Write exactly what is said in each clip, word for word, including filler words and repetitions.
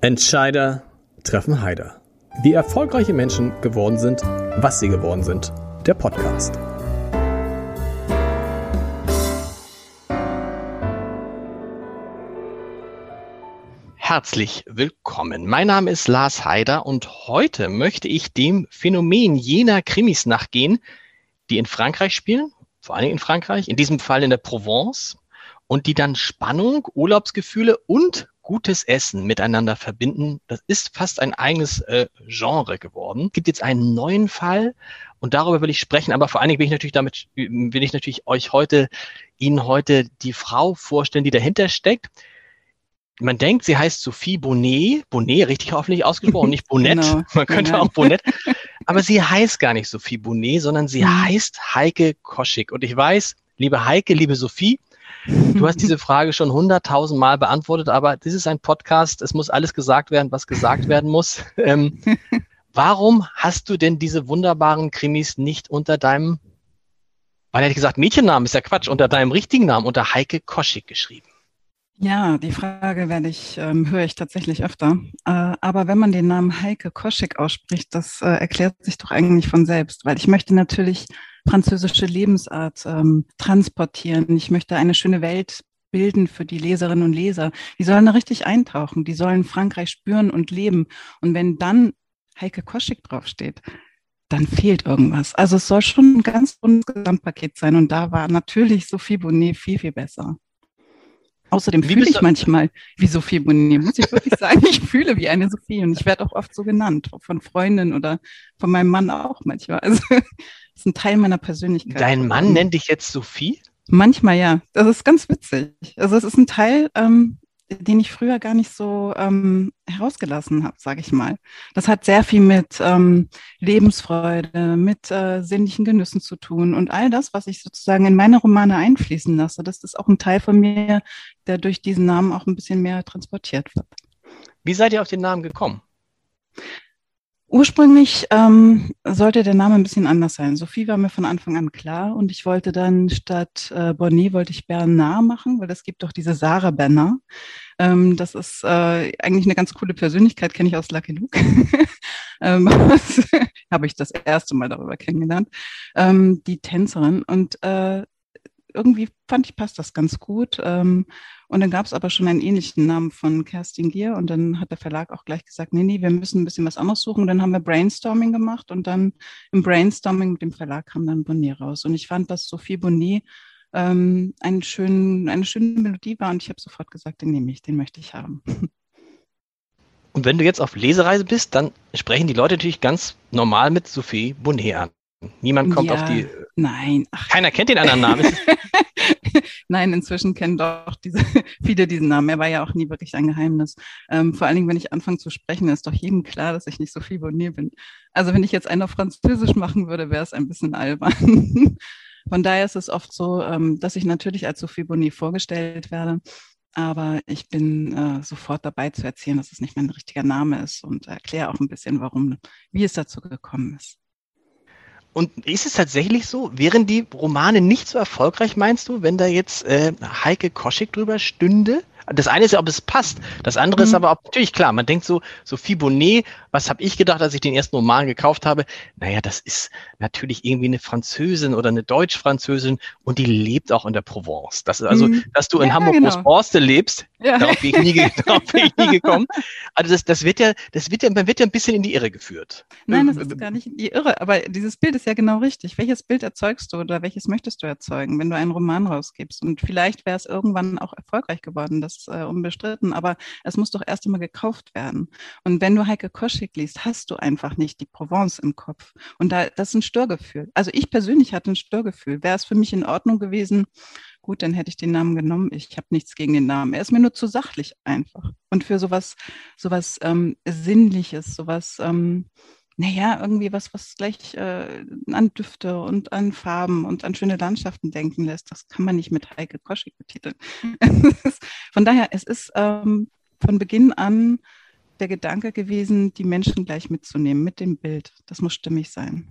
Entscheider treffen Heider. Wie erfolgreiche Menschen geworden sind, was sie geworden sind. Der Podcast. Herzlich willkommen. Mein Name ist Lars Heider und heute möchte ich dem Phänomen jener Krimis nachgehen, die in Frankreich spielen, vor allem in Frankreich, in diesem Fall in der Provence, und die dann Spannung, Urlaubsgefühle und gutes Essen miteinander verbinden. Das ist fast ein eigenes äh, Genre geworden. Es gibt jetzt einen neuen Fall und darüber will ich sprechen, aber vor allen Dingen will ich natürlich damit, will ich natürlich euch heute, Ihnen heute die Frau vorstellen, die dahinter steckt. Man denkt, sie heißt Sophie Bonnet, Bonnet, richtig hoffentlich ausgesprochen, nicht Bonnet, genau. Man könnte Nein. auch Bonnet, aber sie heißt gar nicht Sophie Bonnet, sondern sie mhm. heißt Heike Koschik. Und ich weiß, liebe Heike, liebe Sophie, du hast diese Frage schon hunderttausend Mal beantwortet, aber das ist ein Podcast, es muss alles gesagt werden, was gesagt werden muss. Ähm, warum hast du denn diese wunderbaren Krimis nicht unter deinem, weil hätte ich gesagt, Mädchennamen ist ja Quatsch, unter deinem richtigen Namen, unter Heike Koschik geschrieben? Ja, die Frage werde ich, ähm, höre ich tatsächlich öfter. Äh, aber wenn man den Namen Heike Koschik ausspricht, das äh, erklärt sich doch eigentlich von selbst, weil ich möchte natürlich französische Lebensart ähm, transportieren. Ich möchte eine schöne Welt bilden für die Leserinnen und Leser. Die sollen da richtig eintauchen, die sollen Frankreich spüren und leben. Und wenn dann Heike Koschik draufsteht, dann fehlt irgendwas. Also es soll schon ein ganz rundes Gesamtpaket sein. Und da war natürlich Sophie Bonnet viel, viel besser. Außerdem wie fühle ich manchmal wie Sophie Bonnet, muss ich wirklich sagen. Ich fühle wie eine Sophie und ich werde auch oft so genannt, von Freundinnen oder von meinem Mann auch manchmal. Also das ist ein Teil meiner Persönlichkeit. Dein Mann nennt dich jetzt Sophie? Manchmal ja. Das ist ganz witzig. Also es ist ein Teil, ähm, den ich früher gar nicht so ähm, herausgelassen habe, sage ich mal. Das hat sehr viel mit ähm, Lebensfreude, mit äh, sinnlichen Genüssen zu tun und all das, was ich sozusagen in meine Romane einfließen lasse, das ist auch ein Teil von mir, der durch diesen Namen auch ein bisschen mehr transportiert wird. Wie seid ihr auf den Namen gekommen? Ursprünglich ähm, sollte der Name ein bisschen anders sein. Sophie war mir von Anfang an klar und ich wollte dann statt äh, Bonnet wollte ich Bernard machen, weil es gibt doch diese Sarah Bernard. Ähm, das ist äh, eigentlich eine ganz coole Persönlichkeit, kenne ich aus Lucky Luke. ähm, habe ich das erste Mal darüber kennengelernt. Ähm, die Tänzerin und äh, irgendwie fand ich, passt das ganz gut. Ähm, und dann gab es aber schon einen ähnlichen Namen von Kerstin Gier und dann hat der Verlag auch gleich gesagt, nee, nee, wir müssen ein bisschen was anderes suchen. Und dann haben wir Brainstorming gemacht und dann im Brainstorming mit dem Verlag kam dann Bonnet raus. Und ich fand, dass Sophie Bonnet ähm, einen schönen, eine schöne Melodie war und ich habe sofort gesagt, den nehme ich, den möchte ich haben. Und wenn du jetzt auf Lesereise bist, dann sprechen die Leute natürlich ganz normal mit Sophie Bonnet an. Niemand kommt ja, auf die... Nein. Ach. Keiner kennt den anderen Namen. Nein, inzwischen kennen doch diese, viele diesen Namen. Er war ja auch nie wirklich ein Geheimnis. Ähm, vor allen Dingen, wenn ich anfange zu sprechen, ist doch jedem klar, dass ich nicht Sophie Bonnet bin. Also wenn ich jetzt einen auf Französisch machen würde, wäre es ein bisschen albern. Von daher ist es oft so, ähm, dass ich natürlich als Sophie Bonnet vorgestellt werde. Aber ich bin äh, sofort dabei zu erzählen, dass es nicht mein richtiger Name ist und erkläre auch ein bisschen, warum, wie es dazu gekommen ist. Und ist es tatsächlich so, wären die Romane nicht so erfolgreich, meinst du, wenn da jetzt äh, Heike Koschik drüber stünde? Das eine ist ja, ob es passt. Das andere mhm. ist aber auch, natürlich klar, man denkt so, Sophie Bonnet, was habe ich gedacht, als ich den ersten Roman gekauft habe? Naja, das ist natürlich irgendwie eine Französin oder eine Deutsch-Französin und die lebt auch in der Provence. Das ist also, mhm. dass du in ja, Hamburg-Großborstel genau. lebst, ja. darauf, bin ich nie, darauf bin ich nie gekommen. Also das, das wird ja, das wird ja, man wird ja ein bisschen in die Irre geführt. Nein, das ist gar nicht in die Irre, aber dieses Bild ist ja genau richtig. Welches Bild erzeugst du oder welches möchtest du erzeugen, wenn du einen Roman rausgibst? Und vielleicht wäre es irgendwann auch erfolgreich geworden, das ist äh, unbestritten, aber es muss doch erst einmal gekauft werden. Und wenn du Heike Koschik liest, hast du einfach nicht die Provence im Kopf. Und da, das ist ein Störgefühl. Also ich persönlich hatte ein Störgefühl. Wäre es für mich in Ordnung gewesen, gut, dann hätte ich den Namen genommen. Ich habe nichts gegen den Namen. Er ist mir nur zu sachlich einfach. Und für sowas, sowas ähm, Sinnliches, sowas, ähm, naja, irgendwie was, was gleich äh, an Düfte und an Farben und an schöne Landschaften denken lässt, das kann man nicht mit Heike Koschik betiteln. Von daher, es ist ähm, von Beginn an der Gedanke gewesen, die Menschen gleich mitzunehmen mit dem Bild. Das muss stimmig sein.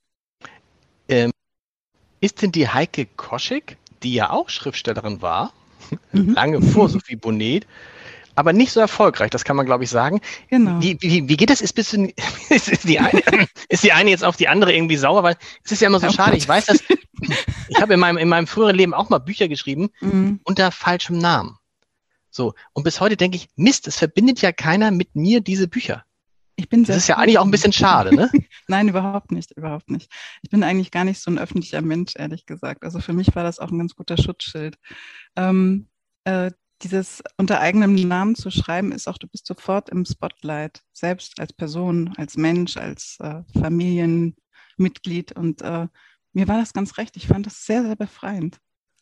Ähm, ist denn die Heike Koschik, die ja auch Schriftstellerin war, mhm. lange vor Sophie Bonnet, aber nicht so erfolgreich, das kann man, glaube ich, sagen. Genau. Wie, wie, wie geht das? Ist, bist du, ist, ist, die eine, ist die eine jetzt auf die andere irgendwie sauer? Weil es ist ja immer so Oh schade. Ich weiß, Gott. dass ich habe in meinem, in meinem früheren Leben auch mal Bücher geschrieben Mhm. unter falschem Namen. So. Und bis heute denke ich, Mist, es verbindet ja keiner mit mir diese Bücher. Ich bin Das sehr ist ja froh eigentlich auch ein drum. bisschen schade, ne? Nein, überhaupt nicht, überhaupt nicht. Ich bin eigentlich gar nicht so ein öffentlicher Mensch, ehrlich gesagt. Also für mich war das auch ein ganz guter Schutzschild. Ähm, äh, Dieses unter eigenem Namen zu schreiben, ist auch, du bist sofort im Spotlight, selbst als Person, als Mensch, als äh, Familienmitglied. Und äh, mir war das ganz recht. Ich fand das sehr, sehr befreiend.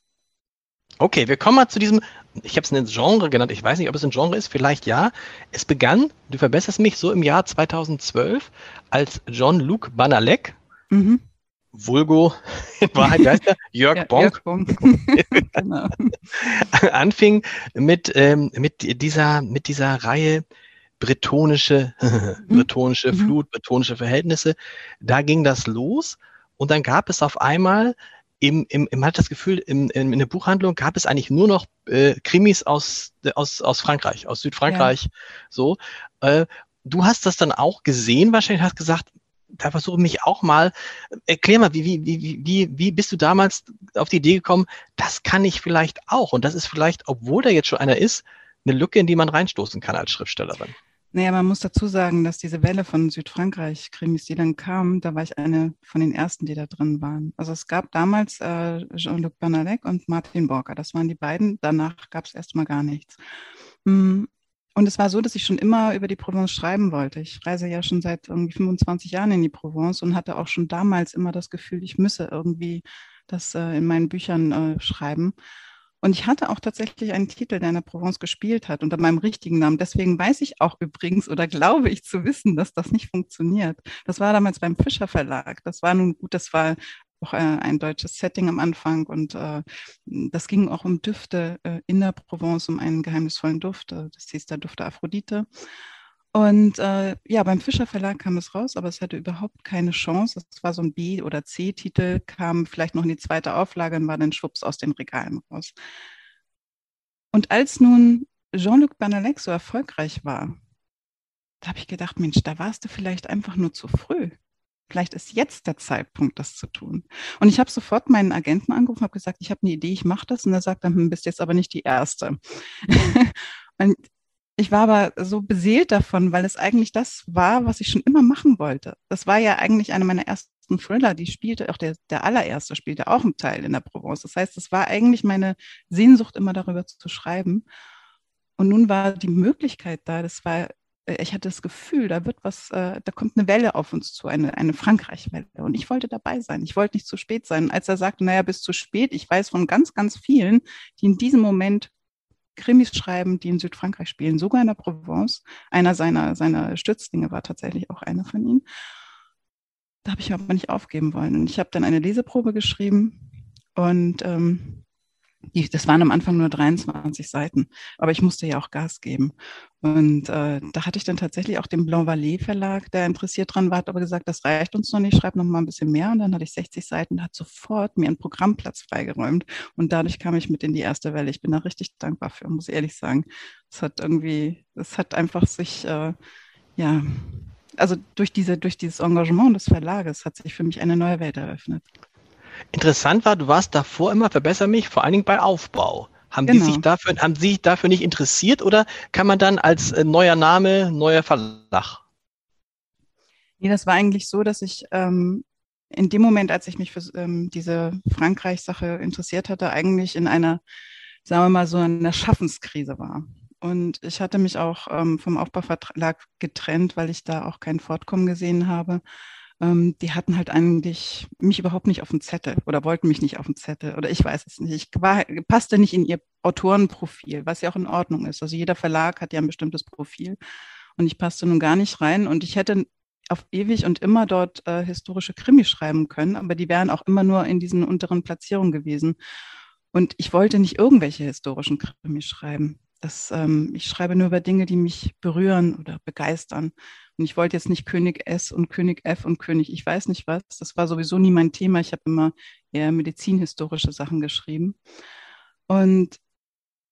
Okay, wir kommen mal zu diesem, ich habe es ein Genre genannt, ich weiß nicht, ob es ein Genre ist, vielleicht ja. Es begann, du verbesserst mich, so im Jahr zweitausendzwölf als Jean-Luc Banalek, Mhm. vulgo, in Wahrheit, wie heißt er? Jörg Ja, Bonk, Jörg Bonk. Genau. anfing mit, ähm, mit, dieser, mit dieser Reihe bretonische, Mhm. bretonische Mhm. Flut, bretonische Verhältnisse. Da ging das los und dann gab es auf einmal, im, im, man hat das Gefühl, im, in, in der Buchhandlung gab es eigentlich nur noch äh, Krimis aus, aus, aus Frankreich, aus Ja. Südfrankreich. So. Äh, du hast das dann auch gesehen wahrscheinlich, hast gesagt, da versuche ich mich auch mal. Erklär mal, wie, wie, wie, wie, wie bist du damals auf die Idee gekommen, das kann ich vielleicht auch. Und das ist vielleicht, obwohl da jetzt schon einer ist, eine Lücke, in die man reinstoßen kann als Schriftstellerin. Naja, man muss dazu sagen, dass diese Welle von Südfrankreich-Krimis, die dann kam, da war ich eine von den ersten, die da drin waren. Also es gab damals äh, Jean-Luc Banalek und Martin Borker. Das waren die beiden. Danach gab es erstmal gar nichts. Mm, Und es war so, dass ich schon immer über die Provence schreiben wollte. Ich reise ja schon seit irgendwie fünfundzwanzig Jahren in die Provence und hatte auch schon damals immer das Gefühl, ich müsse irgendwie das äh, in meinen Büchern äh, schreiben. Und ich hatte auch tatsächlich einen Titel, der in der Provence gespielt hat, unter meinem richtigen Namen. Deswegen weiß ich auch übrigens oder glaube ich zu wissen, dass das nicht funktioniert. Das war damals beim Fischer Verlag. Das war nun gut, das war auch äh, ein deutsches Setting am Anfang und äh, das ging auch um Düfte äh, in der Provence, um einen geheimnisvollen Duft. Äh, das hieß der Duft der Aphrodite. Und äh, ja, beim Fischer Verlag kam es raus, aber es hatte überhaupt keine Chance. Es war so ein B- oder C-Titel, kam vielleicht noch in die zweite Auflage und war dann schwupps aus den Regalen raus. Und als nun Jean-Luc Banalek so erfolgreich war, da habe ich gedacht, Mensch, da warst du vielleicht einfach nur zu früh. Vielleicht ist jetzt der Zeitpunkt, das zu tun. Und ich habe sofort meinen Agenten angerufen, habe gesagt, ich habe eine Idee, ich mache das. Und er sagt dann, hm, bist jetzt aber nicht die Erste. Und ich war aber so beseelt davon, weil es eigentlich das war, was ich schon immer machen wollte. Das war ja eigentlich einer meiner ersten Thriller, die spielte, auch der, der allererste spielte auch einen Teil in der Provence. Das heißt, es war eigentlich meine Sehnsucht, immer darüber zu schreiben. Und nun war die Möglichkeit da, das war, äh, ich hatte das Gefühl, da wird was, äh, da kommt eine Welle auf uns zu, eine, eine Frankreich-Welle. Und ich wollte dabei sein. Ich wollte nicht zu spät sein. Und als er sagte, naja, bis zu spät, ich weiß von ganz, ganz vielen, die in diesem Moment Krimis schreiben, die in Südfrankreich spielen, sogar in der Provence. Einer seiner, seiner Stützlinge war tatsächlich auch einer von ihnen. Da habe ich aber nicht aufgeben wollen. Und ich habe dann eine Leseprobe geschrieben und ähm, die, das waren am Anfang nur dreiundzwanzig Seiten, aber ich musste ja auch Gas geben. Und äh, da hatte ich dann tatsächlich auch den Blanc Vallée Verlag, der interessiert dran war, hat aber gesagt, das reicht uns noch nicht, schreib noch mal ein bisschen mehr. Und dann hatte ich sechzig Seiten, hat sofort mir einen Programmplatz freigeräumt. Und dadurch kam ich mit in die erste Welle. Ich bin da richtig dankbar für, muss ich ehrlich sagen. Es hat irgendwie, es hat einfach sich, äh, ja, also durch diese, durch dieses Engagement des Verlages hat sich für mich eine neue Welt eröffnet. Interessant war, du warst davor immer, verbessere mich, vor allen Dingen bei Aufbau. Haben die sich Genau. dafür, haben sie sich dafür nicht interessiert oder kann man dann als äh, neuer Name, neuer Verlag? Nee, das war eigentlich so, dass ich ähm, in dem Moment, als ich mich für ähm, diese Frankreich-Sache interessiert hatte, eigentlich in einer, sagen wir mal, so einer Schaffenskrise war. Und ich hatte mich auch ähm, vom Aufbauverlag getrennt, weil ich da auch kein Fortkommen gesehen habe. Ähm, die hatten halt eigentlich mich überhaupt nicht auf dem Zettel oder wollten mich nicht auf dem Zettel oder ich weiß es nicht. Ich war, passte nicht in ihr Autorenprofil, was ja auch in Ordnung ist. Also jeder Verlag hat ja ein bestimmtes Profil und ich passte nun gar nicht rein und ich hätte auf ewig und immer dort äh, historische Krimis schreiben können, aber die wären auch immer nur in diesen unteren Platzierungen gewesen. Und ich wollte nicht irgendwelche historischen Krimis schreiben. Das, ähm, ich schreibe nur über Dinge, die mich berühren oder begeistern. Und ich wollte jetzt nicht König S und König F und König, ich weiß nicht was. Das war sowieso nie mein Thema. Ich habe immer eher medizinhistorische Sachen geschrieben. Und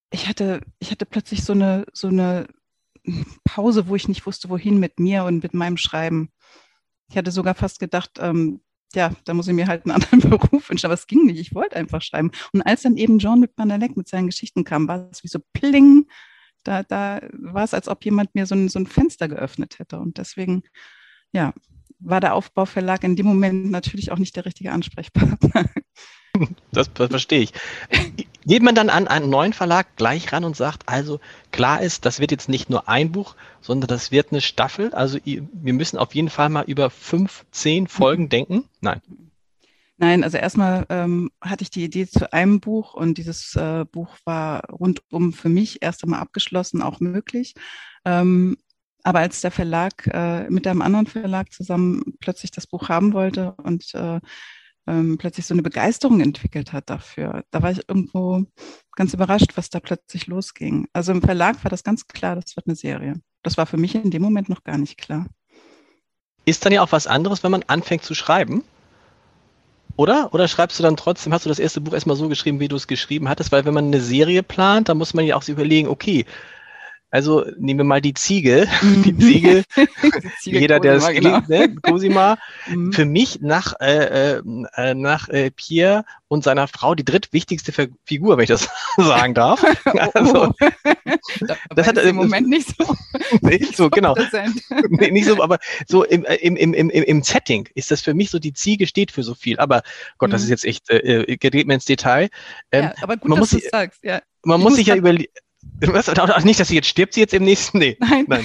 ich hatte, ich hatte plötzlich so eine, so eine Pause, wo ich nicht wusste, wohin mit mir und mit meinem Schreiben. Ich hatte sogar fast gedacht, ähm, ja, da muss ich mir halt einen anderen Beruf wünschen, aber es ging nicht. Ich wollte einfach schreiben. Und als dann eben Jean-Luc Banalek mit seinen Geschichten kam, war es wie so pling. Da, da war es, als ob jemand mir so ein, so ein Fenster geöffnet hätte. Und deswegen, ja, war der Aufbauverlag in dem Moment natürlich auch nicht der richtige Ansprechpartner. Das, das verstehe ich. Geht man dann an einen neuen Verlag gleich ran und sagt, also klar ist, das wird jetzt nicht nur ein Buch, sondern das wird eine Staffel. Also wir müssen auf jeden Fall mal über fünf, zehn Folgen denken. Nein. Nein, also erstmal ähm, hatte ich die Idee zu einem Buch und dieses äh, Buch war rundum für mich erst einmal abgeschlossen, auch möglich. Ähm, aber als der Verlag äh, mit einem anderen Verlag zusammen plötzlich das Buch haben wollte und äh, ähm, plötzlich so eine Begeisterung entwickelt hat dafür, da war ich irgendwo ganz überrascht, was da plötzlich losging. Also im Verlag war das ganz klar, das wird eine Serie. Das war für mich in dem Moment noch gar nicht klar. Ist dann ja auch was anderes, wenn man anfängt zu schreiben? Oder? Oder schreibst du dann trotzdem, hast du das erste Buch erstmal so geschrieben, wie du es geschrieben hattest? Weil wenn man eine Serie plant, dann muss man ja auch sich überlegen, okay, also nehmen wir mal die Ziege, die Ziege, Die Ziege jeder, der Cosima, es genau. kennt, ne? Cosima, Mhm. für mich nach, äh, äh, nach äh, Pierre und seiner Frau die drittwichtigste Fi- Figur, wenn ich das sagen darf. Oh, Also, oh. das Dabei hat ist äh, im Moment nicht so, nee, nicht so so genau, präsent. nee, nicht so, aber so im, äh, im, im, im, im Setting ist das für mich so, die Ziege steht für so viel. Aber Gott, das ist Mhm. jetzt echt, äh, geht mir ins Detail. Ähm, Ja, aber gut, man dass muss du sich, es sagst. Ja, man ich muss muss sich ja gerade, überlegen, was, auch nicht, dass sie jetzt stirbt, sie jetzt im nächsten, nee, nein, nein,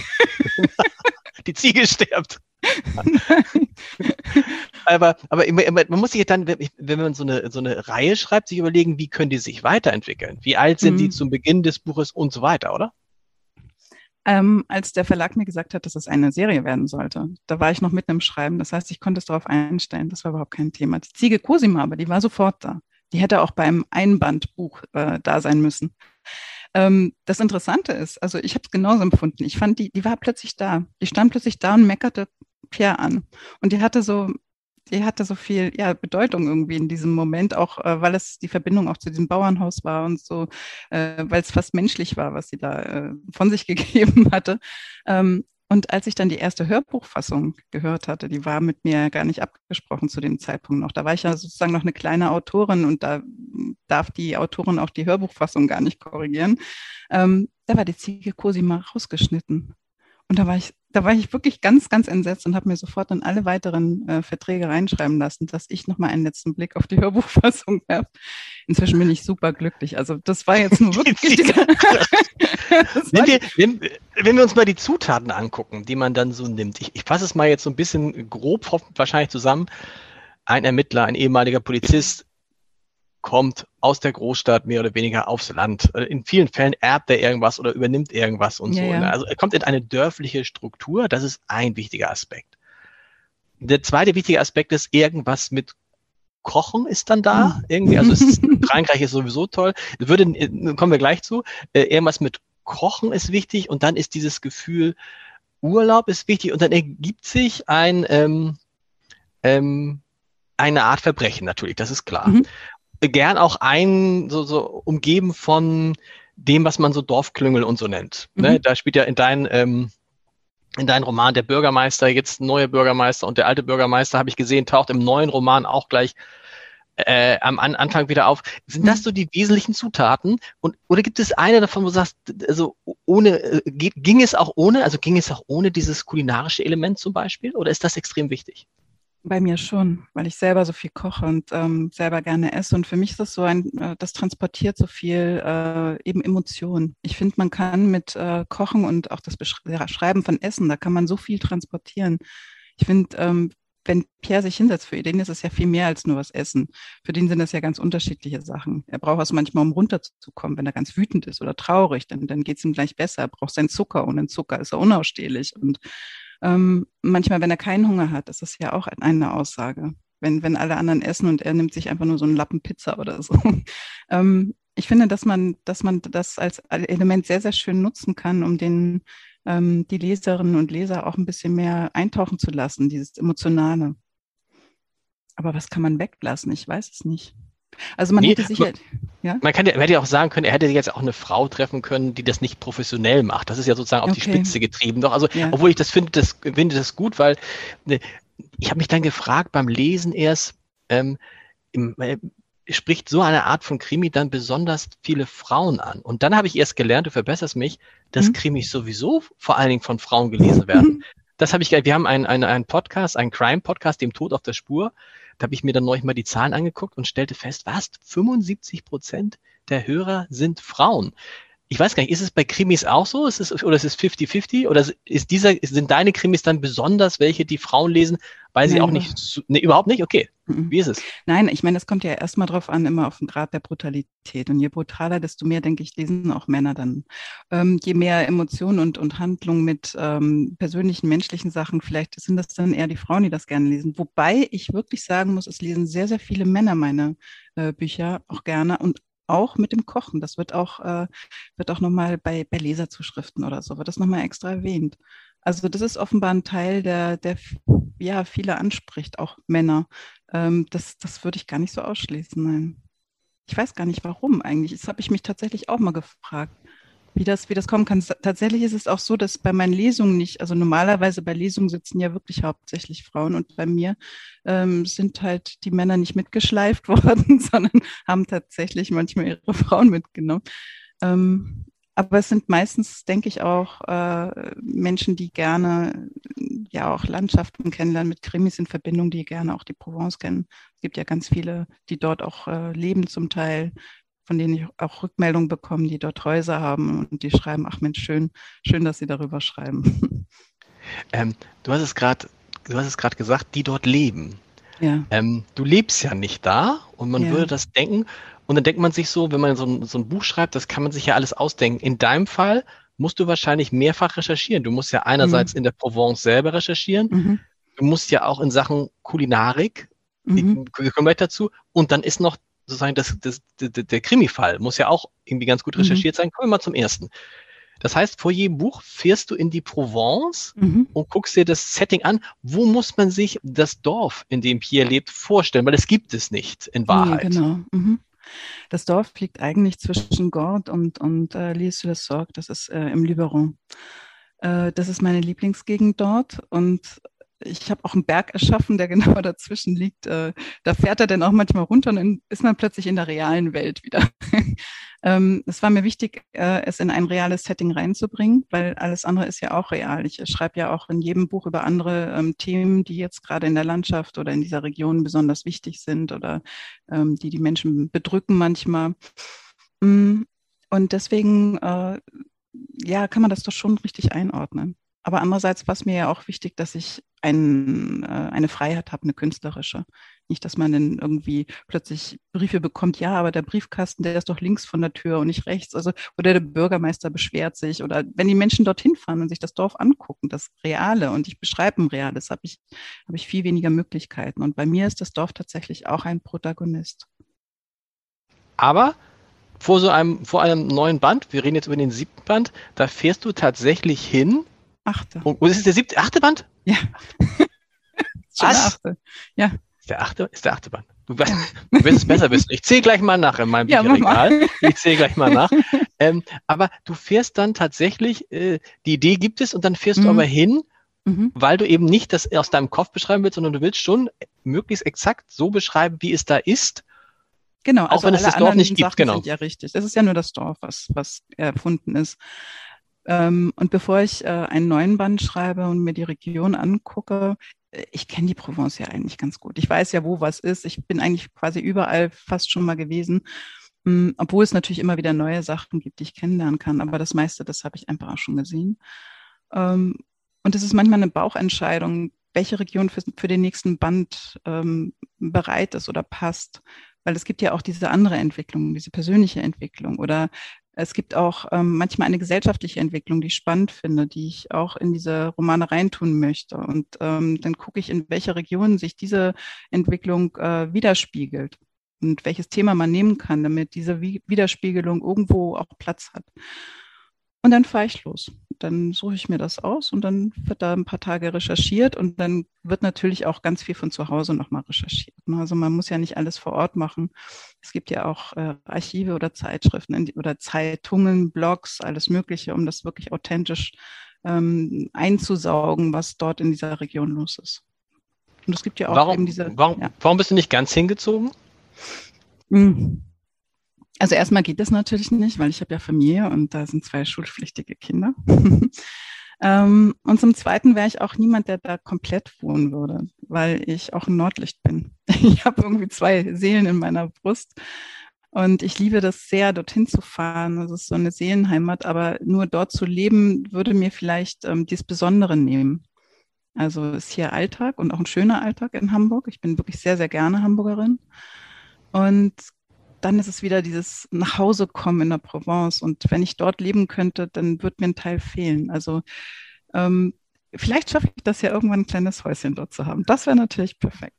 die Ziege stirbt. nein. Aber, aber immer- immer- man muss sich ja dann, wenn wenn man so eine, so eine Reihe schreibt, sich überlegen, wie können die sich weiterentwickeln? Wie alt sind die Mhm. zum Beginn des Buches und so weiter, oder? Ähm, als der Verlag mir gesagt hat, dass es eine Serie werden sollte, da war ich noch mitten im Schreiben. Das heißt, ich konnte es darauf einstellen. Das war überhaupt kein Thema. Die Ziege Cosima, aber die war sofort da. Die hätte auch beim Einbandbuch äh, da sein müssen. Ähm, das Interessante ist, also ich habe es genauso empfunden. Ich fand, die, die war plötzlich da. Die stand plötzlich da und meckerte Pierre an. Und die hatte so, die hatte so viel, ja, Bedeutung irgendwie in diesem Moment, auch äh, weil es die Verbindung auch zu diesem Bauernhaus war und so, äh, weil es fast menschlich war, was sie da äh, von sich gegeben hatte. Ähm, und als ich dann die erste Hörbuchfassung gehört hatte, die war mit mir gar nicht abgesprochen zu dem Zeitpunkt noch. Da war ich ja sozusagen noch eine kleine Autorin und da darf die Autorin auch die Hörbuchfassung gar nicht korrigieren. Ähm, da war die Ziege Cosima rausgeschnitten. Und da war ich, da war ich wirklich ganz, ganz entsetzt und habe mir sofort dann alle weiteren äh, Verträge reinschreiben lassen, dass ich nochmal einen letzten Blick auf die Hörbuchfassung habe. Inzwischen bin ich super glücklich. Also das war jetzt nur Die wirklich Ziege. dieser. Das Wenn war wir, die, wenn, wenn wir uns mal die Zutaten angucken, die man dann so nimmt, ich, ich fasse es mal jetzt so ein bisschen grob wahrscheinlich zusammen. Ein Ermittler, ein ehemaliger Polizist kommt aus der Großstadt mehr oder weniger aufs Land. In vielen Fällen erbt er irgendwas oder übernimmt irgendwas und ja, so. ja. Also er kommt in eine dörfliche Struktur, das ist ein wichtiger Aspekt. Der zweite wichtige Aspekt ist, irgendwas mit Kochen ist dann da. Irgendwie, also es ist, Frankreich ist sowieso toll. Würde, kommen wir gleich zu. Irgendwas mit Kochen ist wichtig und dann ist dieses Gefühl, Urlaub ist wichtig und dann ergibt sich ein, ähm, ähm, eine Art Verbrechen natürlich, das ist klar. Mhm. Gern auch ein, so, so umgeben von dem, was man so Dorfklüngel und so nennt. Ne? Mhm. Da spielt ja in deinem ähm, in deinem Roman der Bürgermeister, jetzt neue Bürgermeister und der alte Bürgermeister, habe ich gesehen, taucht im neuen Roman auch gleich äh, am An Anfang wieder auf. Sind das Mhm. so die wesentlichen Zutaten? Und oder gibt es eine davon, wo du sagst, also ohne, äh, ging es auch ohne, also ging es auch ohne dieses kulinarische Element zum Beispiel? Oder ist das extrem wichtig? Bei mir schon, weil ich selber so viel koche und ähm, selber gerne esse. Und für mich ist das so ein, äh, das transportiert so viel äh, eben Emotionen. Ich finde, man kann mit äh, Kochen und auch das Beschreiben von Essen, da kann man so viel transportieren. Ich finde, ähm, wenn Pierre sich hinsetzt, für den ist es ja viel mehr als nur was Essen. Für den sind das ja ganz unterschiedliche Sachen. Er braucht es manchmal, um runterzukommen, wenn er ganz wütend ist oder traurig, dann, dann geht es ihm gleich besser. Er braucht seinen Zucker. Ohne Zucker ist er unausstehlich. Und ähm, manchmal, wenn er keinen Hunger hat, ist das ja auch eine Aussage. Wenn, wenn alle anderen essen und er nimmt sich einfach nur so einen Lappen Pizza oder so. ähm, ich finde, dass man, dass man das als Element sehr, sehr schön nutzen kann, um den, ähm, die Leserinnen und Leser auch ein bisschen mehr eintauchen zu lassen, dieses Emotionale. Aber was kann man weglassen? Ich weiß es nicht. Also man Nee, hätte sicher, ja, man kann ja, man hätte ja auch sagen können, er hätte jetzt auch eine Frau treffen können, die das nicht professionell macht. Das ist ja sozusagen auf die okay, Spitze getrieben. Doch, also, ja. obwohl ich das finde, das finde das gut, weil ne, ich habe mich dann gefragt beim Lesen erst, ähm, im, äh, spricht so eine Art von Krimi dann besonders viele Frauen an? Und dann habe ich erst gelernt, du verbesserst mich, dass Hm? Krimis sowieso vor allen Dingen von Frauen gelesen werden. Das habe ich, ge- wir haben einen, einen, einen Podcast, einen Crime-Podcast, dem Tod auf der Spur. Da habe ich mir dann neulich mal die Zahlen angeguckt und stellte fest, was, fünfundsiebzig Prozent der Hörer sind Frauen. Ich weiß gar nicht, ist es bei Krimis auch so? Ist es, oder ist es fifty fifty? Oder ist dieser, sind deine Krimis dann besonders welche, die Frauen lesen, weil sie auch Nein, nicht, über, so- nee, überhaupt nicht? Okay. mhm. Wie ist es? Nein, ich meine, es kommt ja erstmal drauf an, immer auf den Grad der Brutalität. Und je brutaler, desto mehr, denke ich, lesen auch Männer dann. Ähm, je mehr Emotionen und, und Handlung mit ähm, persönlichen, menschlichen Sachen, vielleicht sind das dann eher die Frauen, die das gerne lesen. Wobei ich wirklich sagen muss, es lesen sehr, sehr viele Männer meine äh, Bücher auch gerne und auch mit dem Kochen. Das wird auch, äh, wird auch nochmal bei, bei Leserzuschriften oder so, wird das nochmal extra erwähnt. Also das ist offenbar ein Teil, der, der ja viele anspricht, auch Männer. Ähm, das, das würde ich gar nicht so ausschließen, nein. Ich weiß gar nicht, warum eigentlich. Das habe ich mich tatsächlich auch mal gefragt, wie das, wie das kommen kann. S- Tatsächlich ist es auch so, dass bei meinen Lesungen nicht, also normalerweise bei Lesungen sitzen ja wirklich hauptsächlich Frauen und bei mir ähm, sind halt die Männer nicht mitgeschleift worden, sondern haben tatsächlich manchmal ihre Frauen mitgenommen. Ähm, aber es sind meistens, denke ich, auch äh, Menschen, die gerne ja auch Landschaften kennenlernen mit Krimis in Verbindung, die gerne auch die Provence kennen. Es gibt ja ganz viele, die dort auch äh, leben zum Teil, von denen ich auch Rückmeldungen bekomme, die dort Häuser haben und die schreiben, ach Mensch, schön, schön, dass Sie darüber schreiben. Ähm, du hast es gerade, du hast es gerade gesagt, die dort leben. Ja, Ähm, du lebst ja nicht da und man würde ja. das denken und dann denkt man sich so, wenn man so ein, so ein Buch schreibt, das kann man sich ja alles ausdenken. In deinem Fall musst du wahrscheinlich mehrfach recherchieren. Du musst ja einerseits Mhm. in der Provence selber recherchieren, Mhm. du musst ja auch in Sachen Kulinarik, ich- Mhm. wir kommen gleich dazu, und dann ist noch sozusagen das, das, der, der Krimi-Fall, muss ja auch irgendwie ganz gut Mhm. recherchiert sein. Kommen wir mal zum ersten. Das heißt, vor jedem Buch fährst du in die Provence Mhm. und guckst dir das Setting an. Wo muss man sich das Dorf, in dem Pierre lebt, vorstellen? Weil das gibt es nicht in Nee, Wahrheit. genau. Mhm. Das Dorf liegt eigentlich zwischen Gordes und, und äh, L'Isle-sur-Sorgue. Das ist äh, im Luberon. Äh, das ist meine Lieblingsgegend dort. Und ich habe auch einen Berg erschaffen, der genau dazwischen liegt. Äh, da fährt er dann auch manchmal runter und dann ist man plötzlich in der realen Welt wieder. ähm, es war mir wichtig, äh, es in ein reales Setting reinzubringen, weil alles andere ist ja auch real. Ich schreibe ja auch in jedem Buch über andere ähm, Themen, die jetzt gerade in der Landschaft oder in dieser Region besonders wichtig sind oder ähm, die die Menschen bedrücken manchmal. Mm, Und deswegen äh, ja, kann man das doch schon richtig einordnen. Aber andererseits war es mir ja auch wichtig, dass ich ein, äh, eine Freiheit habe, eine künstlerische. Nicht, dass man dann irgendwie plötzlich Briefe bekommt, ja, aber der Briefkasten, der ist doch links von der Tür und nicht rechts. Also, oder der Bürgermeister beschwert sich. Oder wenn die Menschen dorthin fahren und sich das Dorf angucken, das Reale, und ich beschreibe ein Reales, habe ich, habe ich viel weniger Möglichkeiten. Und bei mir ist das Dorf tatsächlich auch ein Protagonist. Aber vor so einem, vor einem neuen Band, wir reden jetzt über den siebten Band, da fährst du tatsächlich hin. Achte. Und, und ist es der siebte, achte Band? Ja, schon der Was? achte. Ja, Ist der achte, ist der achte Band. Du, weißt- ja. du wirst es besser wissen. Ich zähle gleich mal nach in meinem Ja, mach mal. Bücherregal. Ich zähle gleich mal nach. Ähm, aber du fährst dann tatsächlich, äh, die Idee gibt es und dann fährst du aber Mhm. hin, Mhm. weil du eben nicht das aus deinem Kopf beschreiben willst, sondern du willst schon möglichst exakt so beschreiben, wie es da ist, Genau, auch also wenn es alle das Dorf nicht anderen gibt. Sachen Genau. sind ja richtig. Es ist ja nur das Dorf, was, was erfunden ist. Ähm, und bevor ich äh, einen neuen Band schreibe und mir die Region angucke, äh, ich kenne die Provence ja eigentlich ganz gut. Ich weiß ja, wo was ist. Ich bin eigentlich quasi überall fast schon mal gewesen, mm, obwohl es natürlich immer wieder neue Sachen gibt, die ich kennenlernen kann. Aber das meiste, das habe ich einfach auch schon gesehen. Ähm, und es ist manchmal eine Bauchentscheidung, welche Region für, für den nächsten Band ähm, bereit ist oder passt. Weil es gibt ja auch diese andere Entwicklung, diese persönliche Entwicklung. Oder es gibt auch ähm, manchmal eine gesellschaftliche Entwicklung, die ich spannend finde, die ich auch in diese Romane reintun möchte. Und ähm, dann gucke ich, in welcher Region sich diese Entwicklung äh, widerspiegelt und welches Thema man nehmen kann, damit diese Widerspiegelung irgendwo auch Platz hat. Und dann fahre ich los. Dann suche ich mir das aus und dann wird da ein paar Tage recherchiert und dann wird natürlich auch ganz viel von zu Hause nochmal recherchiert. Also man muss ja nicht alles vor Ort machen. Es gibt ja auch äh, Archive oder Zeitschriften oder Zeitungen, Blogs, alles Mögliche, um das wirklich authentisch ähm, einzusaugen, was dort in dieser Region los ist. Und es gibt ja auch warum, eben diese... Warum, ja. warum bist du nicht ganz hingezogen? Also erstmal geht das natürlich nicht, weil ich habe ja Familie und da sind zwei schulpflichtige Kinder. ähm, und zum Zweiten wäre ich auch niemand, der da komplett wohnen würde, weil ich auch ein Nordlicht bin. Ich habe irgendwie zwei Seelen in meiner Brust und ich liebe das sehr, dorthin zu fahren. Das ist so eine Seelenheimat, aber nur dort zu leben, würde mir vielleicht ähm, dieses Besondere nehmen. Also ist hier Alltag und auch ein schöner Alltag in Hamburg. Ich bin wirklich sehr, sehr gerne Hamburgerin. Und dann ist es wieder dieses Nachhausekommen in der Provence. Und wenn ich dort leben könnte, dann würde mir ein Teil fehlen. Also ähm, vielleicht schaffe ich das ja irgendwann, ein kleines Häuschen dort zu haben. Das wäre natürlich perfekt.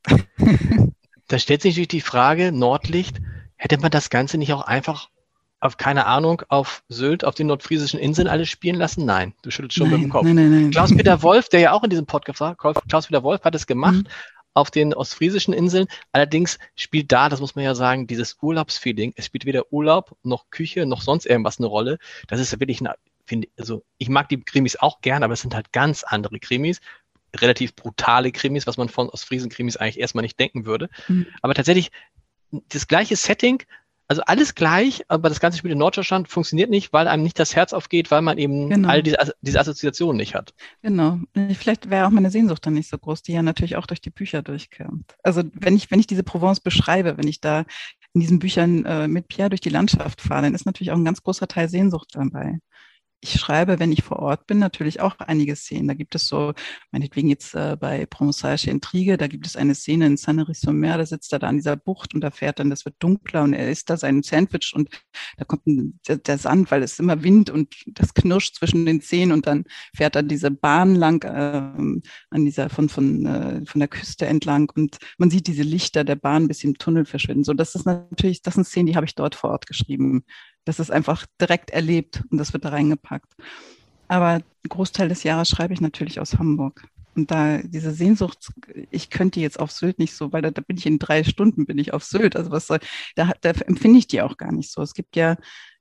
Da stellt sich natürlich die Frage, Nordlicht, hätte man das Ganze nicht auch einfach auf, keine Ahnung, auf Sylt, auf den nordfriesischen Inseln alles spielen lassen? Nein, du schüttelst schon nein, mit dem Kopf. Nein, nein, nein. Klaus-Peter Wolf, der ja auch in diesem Podcast war, Klaus-Peter Wolf hat es gemacht, mhm. auf den ostfriesischen Inseln. Allerdings spielt da, das muss man ja sagen, dieses Urlaubsfeeling. Es spielt weder Urlaub noch Küche noch sonst irgendwas eine Rolle. Das ist wirklich eine, finde, also ich mag die Krimis auch gern, aber es sind halt ganz andere Krimis. Relativ brutale Krimis, was man von Ostfriesen-Krimis eigentlich erstmal nicht denken würde. Mhm. Aber tatsächlich das gleiche Setting, also alles gleich, aber das ganze Spiel in Norddeutschland funktioniert nicht, weil einem nicht das Herz aufgeht, weil man eben genau. all diese, diese Assoziationen nicht hat. Genau. Vielleicht wäre auch meine Sehnsucht dann nicht so groß, die ja natürlich auch durch die Bücher durchkommt. Also wenn ich, wenn ich diese Provence beschreibe, wenn ich da in diesen Büchern äh, mit Pierre durch die Landschaft fahre, dann ist natürlich auch ein ganz großer Teil Sehnsucht dabei. Ich schreibe, wenn ich vor Ort bin, natürlich auch einige Szenen. Da gibt es so, meinetwegen jetzt äh, bei Provençalische Intrige, da gibt es eine Szene in Sannery-sur-Mer, da sitzt er da an dieser Bucht und da fährt dann, das wird dunkler und er isst da seinen Sandwich und da kommt ein, der, der Sand, weil es immer Wind und das knirscht zwischen den Zähnen und dann fährt er diese Bahn lang äh, an dieser, von, von, äh, von der Küste entlang und man sieht diese Lichter der Bahn ein bisschen im Tunnel verschwinden. So, das ist natürlich, das sind Szenen, die habe ich dort vor Ort geschrieben. Das ist einfach direkt erlebt und das wird da reingepackt. Aber einen Großteil des Jahres schreibe ich natürlich aus Hamburg. Und da diese Sehnsucht, ich könnte jetzt auf Sylt nicht so, weil da, da bin ich in drei Stunden bin ich auf Sylt. Also was soll, da, da empfinde ich die auch gar nicht so. Es gibt ja,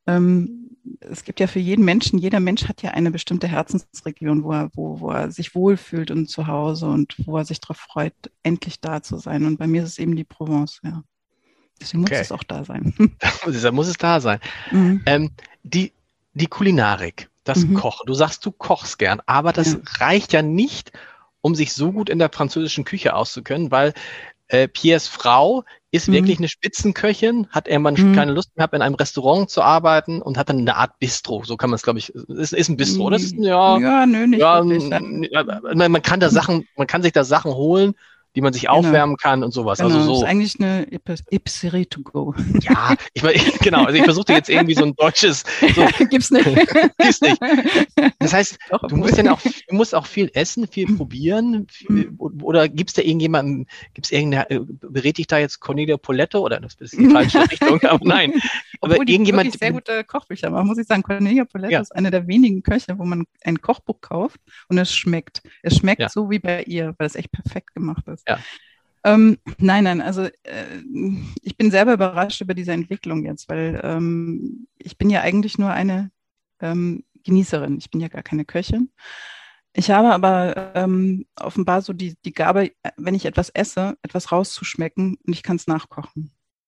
ähm, es gibt ja für jeden Menschen, jeder Mensch hat ja eine bestimmte Herzensregion, wo er, wo, wo er sich wohlfühlt und zu Hause und wo er sich darauf freut, endlich da zu sein. Und bei mir ist es eben die Provence, ja. Deswegen okay. muss es auch da sein. Da muss es da sein. Mhm. Ähm, die, die Kulinarik, das mhm. Kochen. Du sagst, du kochst gern, aber das ja. reicht ja nicht, um sich so gut in der französischen Küche auszukennen, weil äh, Pierres Frau ist mhm. wirklich eine Spitzenköchin, hat irgendwann mhm. keine Lust mehr, in einem Restaurant zu arbeiten und hat dann eine Art Bistro. So kann man es, glaube ich, ist, ist ein Bistro. Das ist, ja, ja, nö, nicht ja, wirklich. Ja, man, man kann da Sachen, man kann sich da Sachen holen, die man sich genau. aufwärmen kann und sowas. Genau, also so. Das ist eigentlich eine Epicerie to go. Ja, ich meine, genau, also ich versuche jetzt irgendwie so ein deutsches. So, Gibt's nicht. Gibt's nicht. Das heißt, Doch, du musst dann auch, du musst auch viel essen, viel probieren. Viel, oder gibt's da irgendjemanden, gibt's irgendeine, berät dich da jetzt Cornelia Poletto oder das ist die falsche Richtung, aber nein. Obwohl aber die irgendjemand. Wirklich sehr gute Kochbücher machen, muss ich sagen. Cornelia Poletto ja. ist eine der wenigen Köche, wo man ein Kochbuch kauft und es schmeckt. Es schmeckt ja. so wie bei ihr, weil es echt perfekt gemacht ist. Ja. Ähm, nein, nein, also äh, ich bin selber überrascht über diese Entwicklung jetzt, weil ähm, ich bin ja eigentlich nur eine ähm, Genießerin, ich bin ja gar keine Köchin. Ich habe aber ähm, offenbar so die, die Gabe, wenn ich etwas esse, etwas rauszuschmecken und ich kann es nachkochen.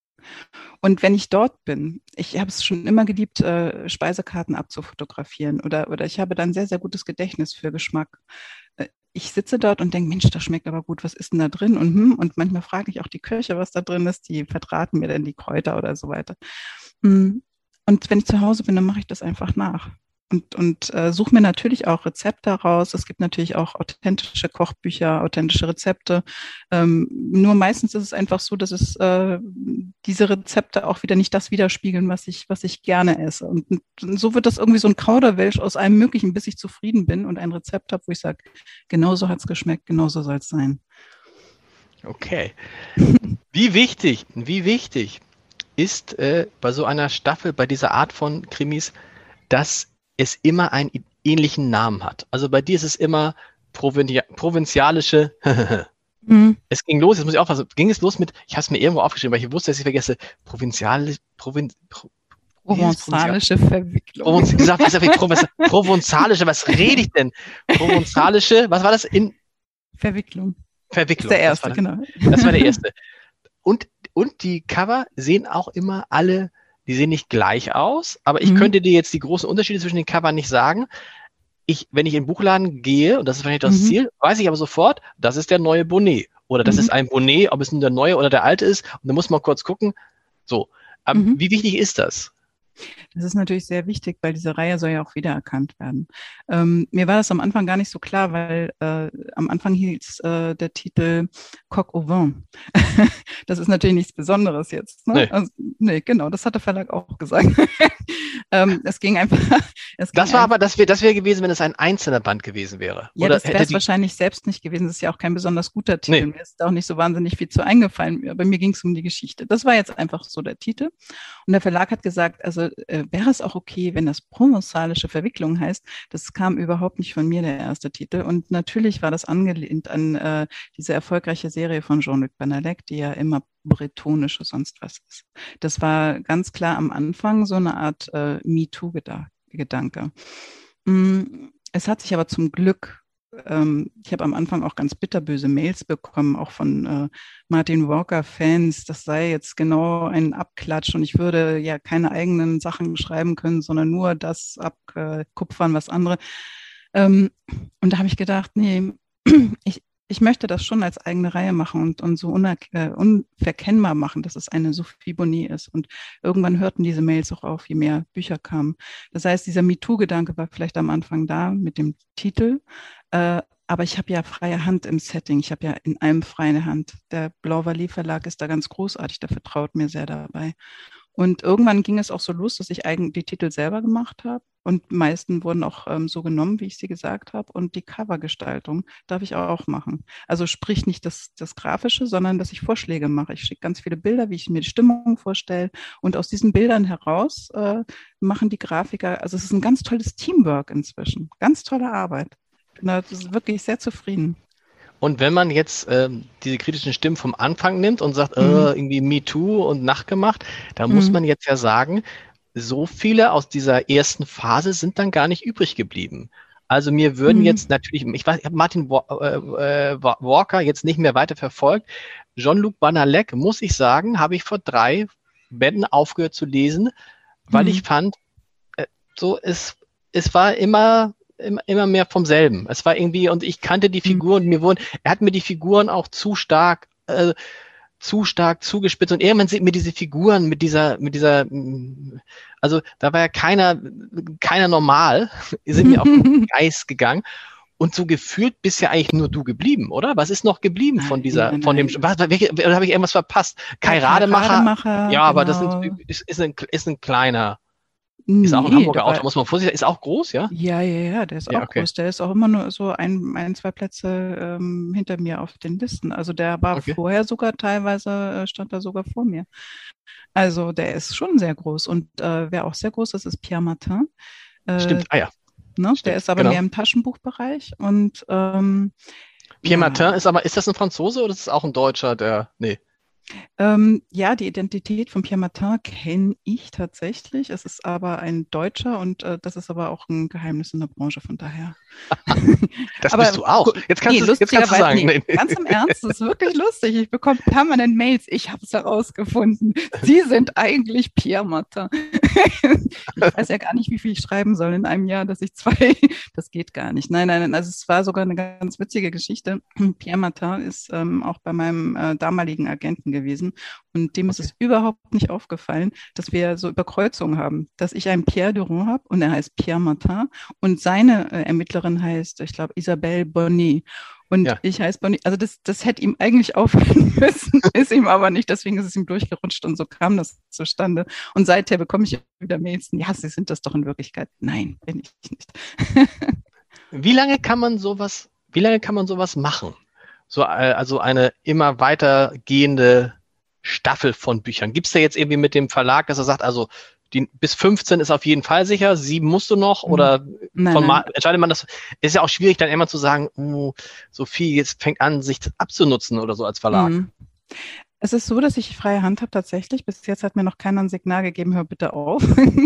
Und wenn ich dort bin, ich habe es schon immer geliebt, äh, Speisekarten abzufotografieren oder, oder ich habe dann sehr, sehr gutes Gedächtnis für Geschmack. Ich sitze dort und denke, Mensch, das schmeckt aber gut, was ist denn da drin? Und, hm, und manchmal frage ich auch die Köche, was da drin ist, die verdrahten mir dann die Kräuter oder so weiter. Und wenn ich zu Hause bin, dann mache ich das einfach nach. Und, und äh, suche mir natürlich auch Rezepte raus. Es gibt natürlich auch authentische Kochbücher, authentische Rezepte. Ähm, nur meistens ist es einfach so, dass es äh, diese Rezepte auch wieder nicht das widerspiegeln, was ich, was ich gerne esse. Und, und so wird das irgendwie so ein Kauderwelsch aus allem Möglichen, bis ich zufrieden bin und ein Rezept habe, wo ich sage, genauso hat es geschmeckt, genauso soll es sein. Okay. Wie wichtig, wie wichtig ist äh, bei so einer Staffel, bei dieser Art von Krimis, dass es immer einen ähnlichen Namen hat. Also bei dir ist es immer Provinzi provinzialische. Mhm. Es ging los, jetzt muss ich aufpassen, ging es los mit, ich habe es mir irgendwo aufgeschrieben, weil ich wusste, dass ich vergesse, provinziale, Provin, Pro, wie heißt es? Provinzial- Provenzalische Verwicklung. Provinz, gesagt, was, Provinz, provenzalische, was rede ich denn? Provenzalische, was war das? In Verwicklung. Ist Verwicklung. der Das erste, war, genau. das war der erste. Und, und die Cover sehen auch immer alle, die sehen nicht gleich aus, aber ich Mhm. könnte dir jetzt die großen Unterschiede zwischen den Covern nicht sagen. Ich, wenn ich in den Buchladen gehe, und das ist wahrscheinlich das Mhm. Ziel, weiß ich aber sofort, das ist der neue Bonnet. Oder das Mhm. ist ein Bonnet, ob es nun der neue oder der alte ist. Und dann muss man kurz gucken. So. Aber Mhm. wie wichtig ist das? Das ist natürlich sehr wichtig, weil diese Reihe soll ja auch wiedererkannt werden. Ähm, mir war das am Anfang gar nicht so klar, weil äh, am Anfang hieß äh, der Titel Coq au vin. Das ist natürlich nichts Besonderes jetzt. Ne? Nee. Also, nee, genau, das hat der Verlag auch gesagt. ähm, es ging einfach. Es ging Das war einfach, aber, das wäre das wär gewesen, wenn es ein einzelner Band gewesen wäre. ja, Oder das wäre hätte es die, wahrscheinlich selbst nicht gewesen. Das ist ja auch kein besonders guter Titel. nee. Mir ist da auch nicht so wahnsinnig viel zu eingefallen. Bei mir ging es um die Geschichte. Das war jetzt einfach so der Titel. Und der Verlag hat gesagt, also äh, wäre es auch okay, wenn das provenzalische Verwicklung heißt. Das kam überhaupt nicht von mir, der erste Titel. Und natürlich war das angelehnt an äh, diese erfolgreiche Serie von Jean-Luc Banalek, die ja immer bretonisch und sonst was ist. Das war ganz klar am Anfang so eine Art äh, MeToo-Gedanke. Es hat sich aber zum Glück, ähm, ich habe am Anfang auch ganz bitterböse Mails bekommen, auch von äh, Martin Walker-Fans, das sei jetzt genau ein Abklatsch und ich würde ja keine eigenen Sachen schreiben können, sondern nur das abkupfern, was andere. Ähm, und da habe ich gedacht, nee, ich, ich möchte das schon als eigene Reihe machen und, und so äh, unverkennbar machen, dass es eine Sophie Bonnet ist. Und irgendwann hörten diese Mails auch auf, je mehr Bücher kamen. Das heißt, dieser MeToo-Gedanke war vielleicht am Anfang da mit dem Titel. Äh, aber ich habe ja freie Hand im Setting. Ich habe ja in allem freie Hand. Der Blau-Vallée Verlag ist da ganz großartig. Der vertraut mir sehr dabei. Und irgendwann ging es auch so los, dass ich eigentlich die Titel selber gemacht habe. Und die meisten wurden auch ähm, so genommen, wie ich sie gesagt habe. Und die Covergestaltung darf ich auch machen. Also sprich nicht das, das Grafische, sondern dass ich Vorschläge mache. Ich schicke ganz viele Bilder, wie ich mir die Stimmung vorstelle. Und aus diesen Bildern heraus äh, machen die Grafiker, also es ist ein ganz tolles Teamwork inzwischen. Ganz tolle Arbeit. Ich bin da wirklich sehr zufrieden. Und wenn man jetzt ähm, diese kritischen Stimmen vom Anfang nimmt und sagt, Mhm. äh, irgendwie MeToo und nachgemacht, dann muss Mhm. man jetzt ja sagen, so viele aus dieser ersten Phase sind dann gar nicht übrig geblieben. Also mir würden Mhm. jetzt natürlich, ich weiß, ich habe Martin Wa- äh, äh, Walker jetzt nicht mehr weiter verfolgt. Jean-Luc Banalek, muss ich sagen, habe ich vor drei Bänden aufgehört zu lesen, weil Mhm. ich fand, äh, so es, es war immer immer, immer mehr vom selben. Es war irgendwie, und ich kannte die Figuren, mir wurden, er hat mir die Figuren auch zu stark, äh, zu stark zugespitzt und irgendwann sind mir diese Figuren mit dieser, mit dieser, mm, also da war ja keiner, keiner normal, die sind mir auf den Geist gegangen. Und so gefühlt bist ja eigentlich nur du geblieben, oder? Was ist noch geblieben von dieser, Nein, von dem, nein. was, welche, oder habe ich irgendwas verpasst? Kai Ja, Kai Rademacher, Rademacher, ja, aber das sind, genau. ist, ist, ein, ist ein kleiner, ist auch ein Nee, Hamburger der war, Autor, muss man vorsichtig, ist auch groß, ja? ja, ja, ja, der ist Ja, auch okay, groß. Der ist auch immer nur so ein, ein zwei Plätze ähm, hinter mir auf den Listen. Also der war okay. vorher sogar teilweise, äh, stand da sogar vor mir. Also der ist schon sehr groß. Und äh, wer auch sehr groß ist, ist Pierre Martin. Äh, Stimmt, ah ja, ne? Der stimmt, ist aber genau. mehr im Taschenbuchbereich. Und ähm, Pierre Martin ja, ist aber, ist das ein Franzose oder ist es auch ein Deutscher, der, nee. Ähm, ja, die Identität von Pierre Martin kenne ich tatsächlich. Es ist aber ein Deutscher und äh, das ist aber auch ein Geheimnis in der Branche, von daher. Das aber bist du auch. Jetzt kannst, nee, du, jetzt kannst du lustigerweise, sagen. nee, Nee, nee. ganz im Ernst, das ist wirklich lustig. Ich bekomme permanent Mails. Ich habe es herausgefunden. Sie sind eigentlich Pierre Martin. Ich weiß ja gar nicht, wie viel ich schreiben soll in einem Jahr, dass ich zwei, das geht gar nicht. Nein, nein, nein, also es war sogar eine ganz witzige Geschichte. Pierre Martin ist ähm, auch bei meinem äh, damaligen Agenten gewesen und dem ist Okay. es überhaupt nicht aufgefallen, dass wir so Überkreuzungen haben, dass ich einen Pierre Durand habe und er heißt Pierre Martin und seine äh, Ermittlerin heißt, ich glaube, Isabelle Bonnet. Und Ja. ich heiße Bonnie, also das, das hätte ihm eigentlich auffallen müssen, ist ihm aber nicht, deswegen ist es ihm durchgerutscht und so kam das zustande. Und seither bekomme ich wieder Mails, ja, Sie sind das doch in Wirklichkeit. Nein, bin ich nicht. Wie lange kann man sowas, wie lange kann man sowas machen? So, äh, also eine immer weitergehende Staffel von Büchern. Gibt es da jetzt irgendwie mit dem Verlag, dass er sagt, also die bis fünfzehn ist auf jeden Fall sicher, sieben musst du noch, oder Nein, von nein. Mal, entscheidet man das? Ist ja auch schwierig, dann immer zu sagen, uh, Sophie, jetzt fängt an, sich abzunutzen oder so als Verlag. Mhm. Es ist so, dass ich freie Hand habe tatsächlich. Bis jetzt hat mir noch keiner ein Signal gegeben, hör bitte auf.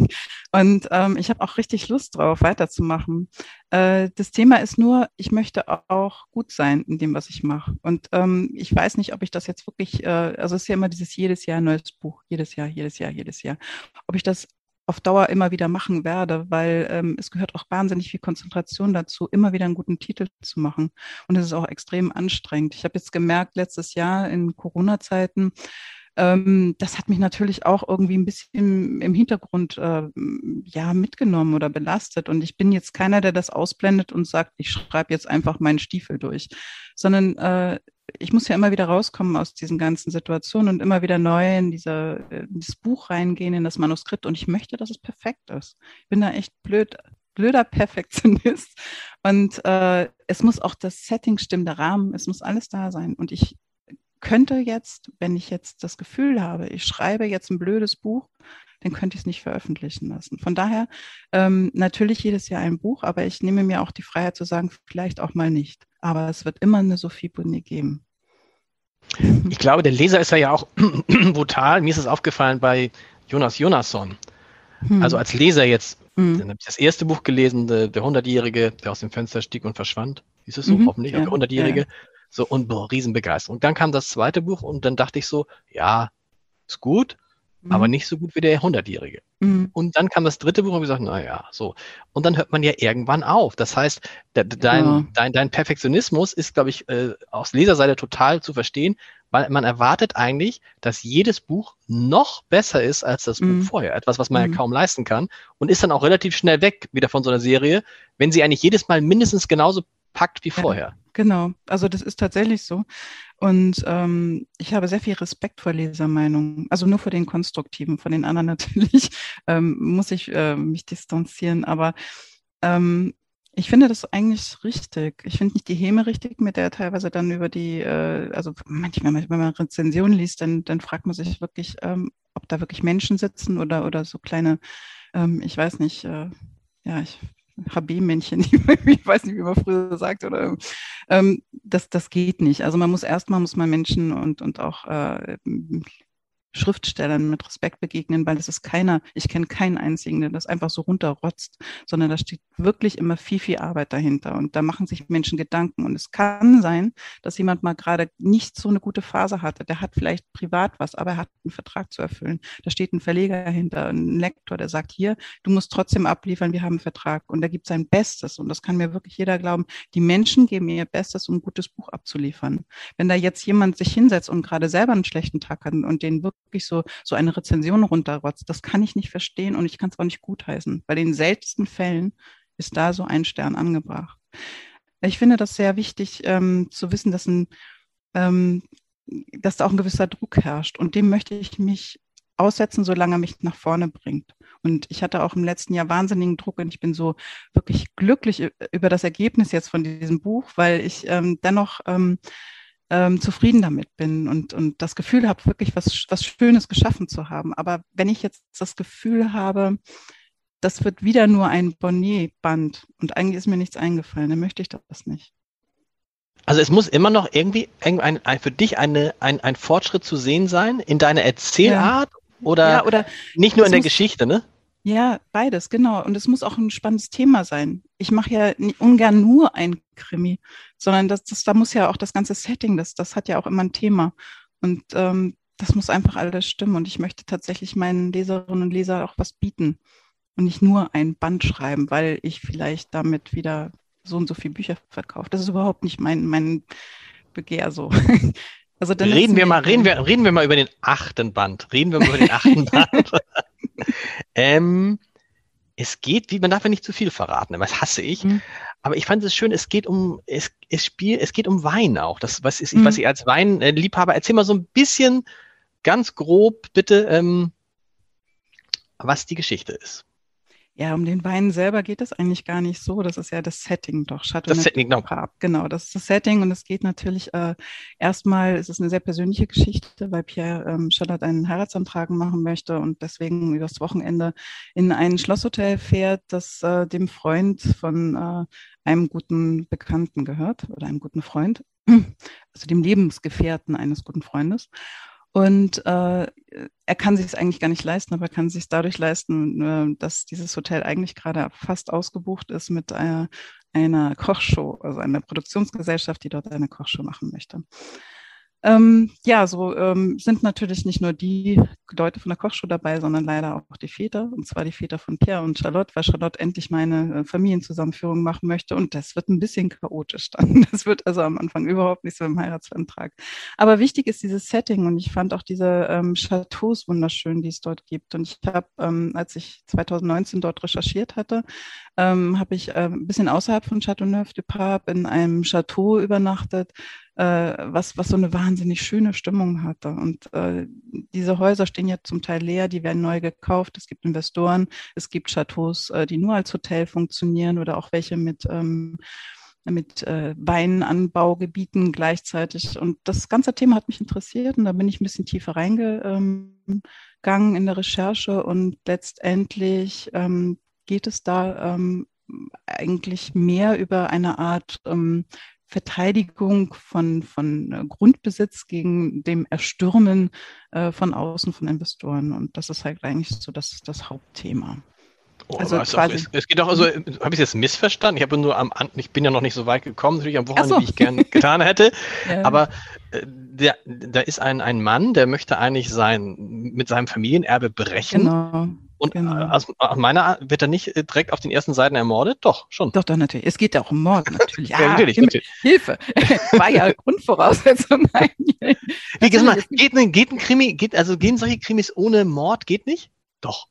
Und ähm, ich habe auch richtig Lust drauf, weiterzumachen. Äh, das Thema ist nur, ich möchte auch gut sein in dem, was ich mache. Und ähm, ich weiß nicht, ob ich das jetzt wirklich, äh, also es ist ja immer dieses jedes Jahr ein neues Buch, jedes Jahr, jedes Jahr, jedes Jahr. Ob ich das auf Dauer immer wieder machen werde, weil ähm, es gehört auch wahnsinnig viel Konzentration dazu, immer wieder einen guten Titel zu machen. Und es ist auch extrem anstrengend. Ich habe jetzt gemerkt, letztes Jahr in Corona-Zeiten, ähm, das hat mich natürlich auch irgendwie ein bisschen im Hintergrund äh, ja, mitgenommen oder belastet. Und ich bin jetzt keiner, der das ausblendet und sagt, ich schreibe jetzt einfach meinen Stiefel durch, sondern äh, ich muss ja immer wieder rauskommen aus diesen ganzen Situationen und immer wieder neu in, diese, in dieses Buch reingehen, in das Manuskript. Und ich möchte, dass es perfekt ist. Ich bin da echt blöd, blöder Perfektionist. Und äh, es muss auch das Setting stimmen, der Rahmen, es muss alles da sein. Und ich könnte jetzt, wenn ich jetzt das Gefühl habe, ich schreibe jetzt ein blödes Buch, dann könnte ich es nicht veröffentlichen lassen. Von daher ähm, natürlich jedes Jahr ein Buch, aber ich nehme mir auch die Freiheit zu sagen, vielleicht auch mal nicht. Aber es wird immer eine Sophie Bonnet geben. Ich glaube, der Leser ist ja auch brutal. Mir ist es aufgefallen bei Jonas Jonasson. Hm. Also als Leser jetzt, Hm. dann habe ich das erste Buch gelesen, der, der hundertjährige, der aus dem Fenster stieg und verschwand. Ist es so? Mhm, Hoffentlich, ja, der hundertjährige. ja. So, und boah, Riesenbegeisterung. Dann kam das zweite Buch und dann dachte ich so, ja, ist gut, Mhm. aber nicht so gut wie der hundertjährige. Mhm. Und dann kam das dritte Buch und ich gesagt, naja, so. Und dann hört man ja irgendwann auf. Das heißt, de, de, Ja. dein, dein, dein Perfektionismus ist, glaube ich, äh, aus Leserseite total zu verstehen, weil man erwartet eigentlich, dass jedes Buch noch besser ist als das Mhm. Buch vorher. Etwas, was man Mhm. ja kaum leisten kann und ist dann auch relativ schnell weg wieder von so einer Serie, wenn sie eigentlich jedes Mal mindestens genauso packt wie Ja, vorher. genau. Also das ist tatsächlich so. Und ähm, ich habe sehr viel Respekt vor Lesermeinungen. Also nur vor den konstruktiven, von den anderen natürlich ähm, muss ich äh, mich distanzieren. Aber ähm, ich finde das eigentlich richtig. Ich finde nicht die Häme richtig, mit der teilweise dann über die, äh, also manchmal, wenn man Rezensionen liest, dann, dann fragt man sich wirklich, ähm, ob da wirklich Menschen sitzen oder, oder so kleine, ähm, ich weiß nicht, äh, ja, ich H B-Männchen, ich weiß nicht, wie man früher sagt, oder ähm, das, das geht nicht. Also man muss erstmal muss man Menschen und, und auch äh, Schriftstellern mit Respekt begegnen, weil es ist keiner, ich kenne keinen einzigen, der das einfach so runterrotzt, sondern da steht wirklich immer viel, viel Arbeit dahinter und da machen sich Menschen Gedanken und es kann sein, dass jemand mal gerade nicht so eine gute Phase hatte, der hat vielleicht privat was, aber er hat einen Vertrag zu erfüllen. Da steht ein Verleger dahinter, ein Lektor, der sagt, hier, du musst trotzdem abliefern, wir haben einen Vertrag und er gibt sein Bestes und das kann mir wirklich jeder glauben, die Menschen geben ihr Bestes, um ein gutes Buch abzuliefern. Wenn da jetzt jemand sich hinsetzt und gerade selber einen schlechten Tag hat und den wirklich so, so eine Rezension runterrotzt, das kann ich nicht verstehen und ich kann es auch nicht gutheißen. Bei den seltensten Fällen ist da so ein Stern angebracht. Ich finde das sehr wichtig ähm, zu wissen, dass, ein, ähm, dass da auch ein gewisser Druck herrscht und dem möchte ich mich aussetzen, solange er mich nach vorne bringt. Und ich hatte auch im letzten Jahr wahnsinnigen Druck und ich bin so wirklich glücklich über das Ergebnis jetzt von diesem Buch, weil ich ähm, dennoch ähm, ähm, zufrieden damit bin und, und das Gefühl habe, wirklich was, was Schönes geschaffen zu haben. Aber wenn ich jetzt das Gefühl habe, das wird wieder nur ein Bonnier-Band und eigentlich ist mir nichts eingefallen, dann möchte ich das nicht. Also es muss immer noch irgendwie ein, ein, ein, für dich eine, ein, ein Fortschritt zu sehen sein in deiner Erzählart Ja. oder, Ja, oder nicht nur in der muss, Geschichte, ne? Ja, beides, genau. Und es muss auch ein spannendes Thema sein. Ich mache ja nicht, ungern nur ein Krimi, sondern das, das, da muss ja auch das ganze Setting, das, das hat ja auch immer ein Thema. Und ähm, das muss einfach alles stimmen. Und ich möchte tatsächlich meinen Leserinnen und Lesern auch was bieten und nicht nur ein Band schreiben, weil ich vielleicht damit wieder so und so viele Bücher verkaufe. Das ist überhaupt nicht mein, mein Begehr so. Also dann Reden wir mir mal, reden wir, reden wir mal über den achten Band. Reden wir mal über den achten Band. ähm, es geht, wie man darf ja nicht zu viel verraten, das hasse ich. Mhm. Aber ich fand es schön, es geht um, es, es Spiel, es geht um Wein auch. Das, was ist, Mhm. was ich als Weinliebhaber, erzähl mal so ein bisschen, ganz grob, bitte, ähm, was die Geschichte ist. Ja, um den Wein selber geht es eigentlich gar nicht so. Das ist ja das Setting doch. Chateau Das Setting, genau. Neuf, genau, das ist das Setting. Und es geht natürlich, äh, erstmal ist es eine sehr persönliche Geschichte, weil Pierre ähm, Charlotte einen Heiratsantrag machen möchte und deswegen übers Wochenende in ein Schlosshotel fährt, das äh, dem Freund von äh, einem guten Bekannten gehört oder einem guten Freund, also dem Lebensgefährten eines guten Freundes. Und äh, er kann sich es eigentlich gar nicht leisten, aber er kann sich dadurch leisten, äh, dass dieses Hotel eigentlich gerade fast ausgebucht ist mit einer, einer Kochshow, also einer Produktionsgesellschaft, die dort eine Kochshow machen möchte. Ähm, ja, so ähm, sind natürlich nicht nur die Leute von der Kochshow dabei, sondern leider auch die Väter, und zwar die Väter von Pierre und Charlotte, weil Charlotte endlich meine äh, Familienzusammenführung machen möchte und das wird ein bisschen chaotisch dann. Das wird also am Anfang überhaupt nicht so im Heiratsantrag. Aber wichtig ist dieses Setting und ich fand auch diese ähm, Chateaus wunderschön, die es dort gibt. Und ich habe, ähm, als ich zwanzig neunzehn dort recherchiert hatte, ähm, habe ich äh, ein bisschen außerhalb von Châteauneuf-du-Pape in einem Chateau übernachtet, äh, was, was so eine wahnsinnig schöne Stimmung hatte. Und äh, diese Häuser stehen ja zum Teil leer, die werden neu gekauft. Es gibt Investoren, es gibt Chateaus, äh, die nur als Hotel funktionieren oder auch welche mit ähm, mit äh, Weinanbaugebieten gleichzeitig. Und das ganze Thema hat mich interessiert und da bin ich ein bisschen tiefer reingegangen in der Recherche und letztendlich ähm, geht es da ähm, eigentlich mehr über eine Art ähm, Verteidigung von, von äh, Grundbesitz gegen dem Erstürmen äh, von außen von Investoren. Und das ist halt eigentlich so das, das Hauptthema. Oh, also aber es, quasi. auch, es, es geht doch, also habe ich es jetzt missverstanden? Ich habe nur am ich bin ja noch nicht so weit gekommen, natürlich am Wochenende, so. wie ich gerne getan hätte. Ja. Aber äh, der, da ist ein, ein Mann, der möchte eigentlich sein, mit seinem Familienerbe brechen. Genau. Und genau. aus, aus meiner Art wird er nicht direkt auf den ersten Seiten ermordet? Doch, schon. Doch, doch, natürlich. Es geht ja auch um Mord, natürlich. Ja, natürlich, Himmel, natürlich. Hilfe. War ja Grundvoraussetzung. Nein. Wie gesagt, mal, geht, ein, geht ein Krimi, geht, also gehen solche Krimis ohne Mord? Geht nicht? Doch.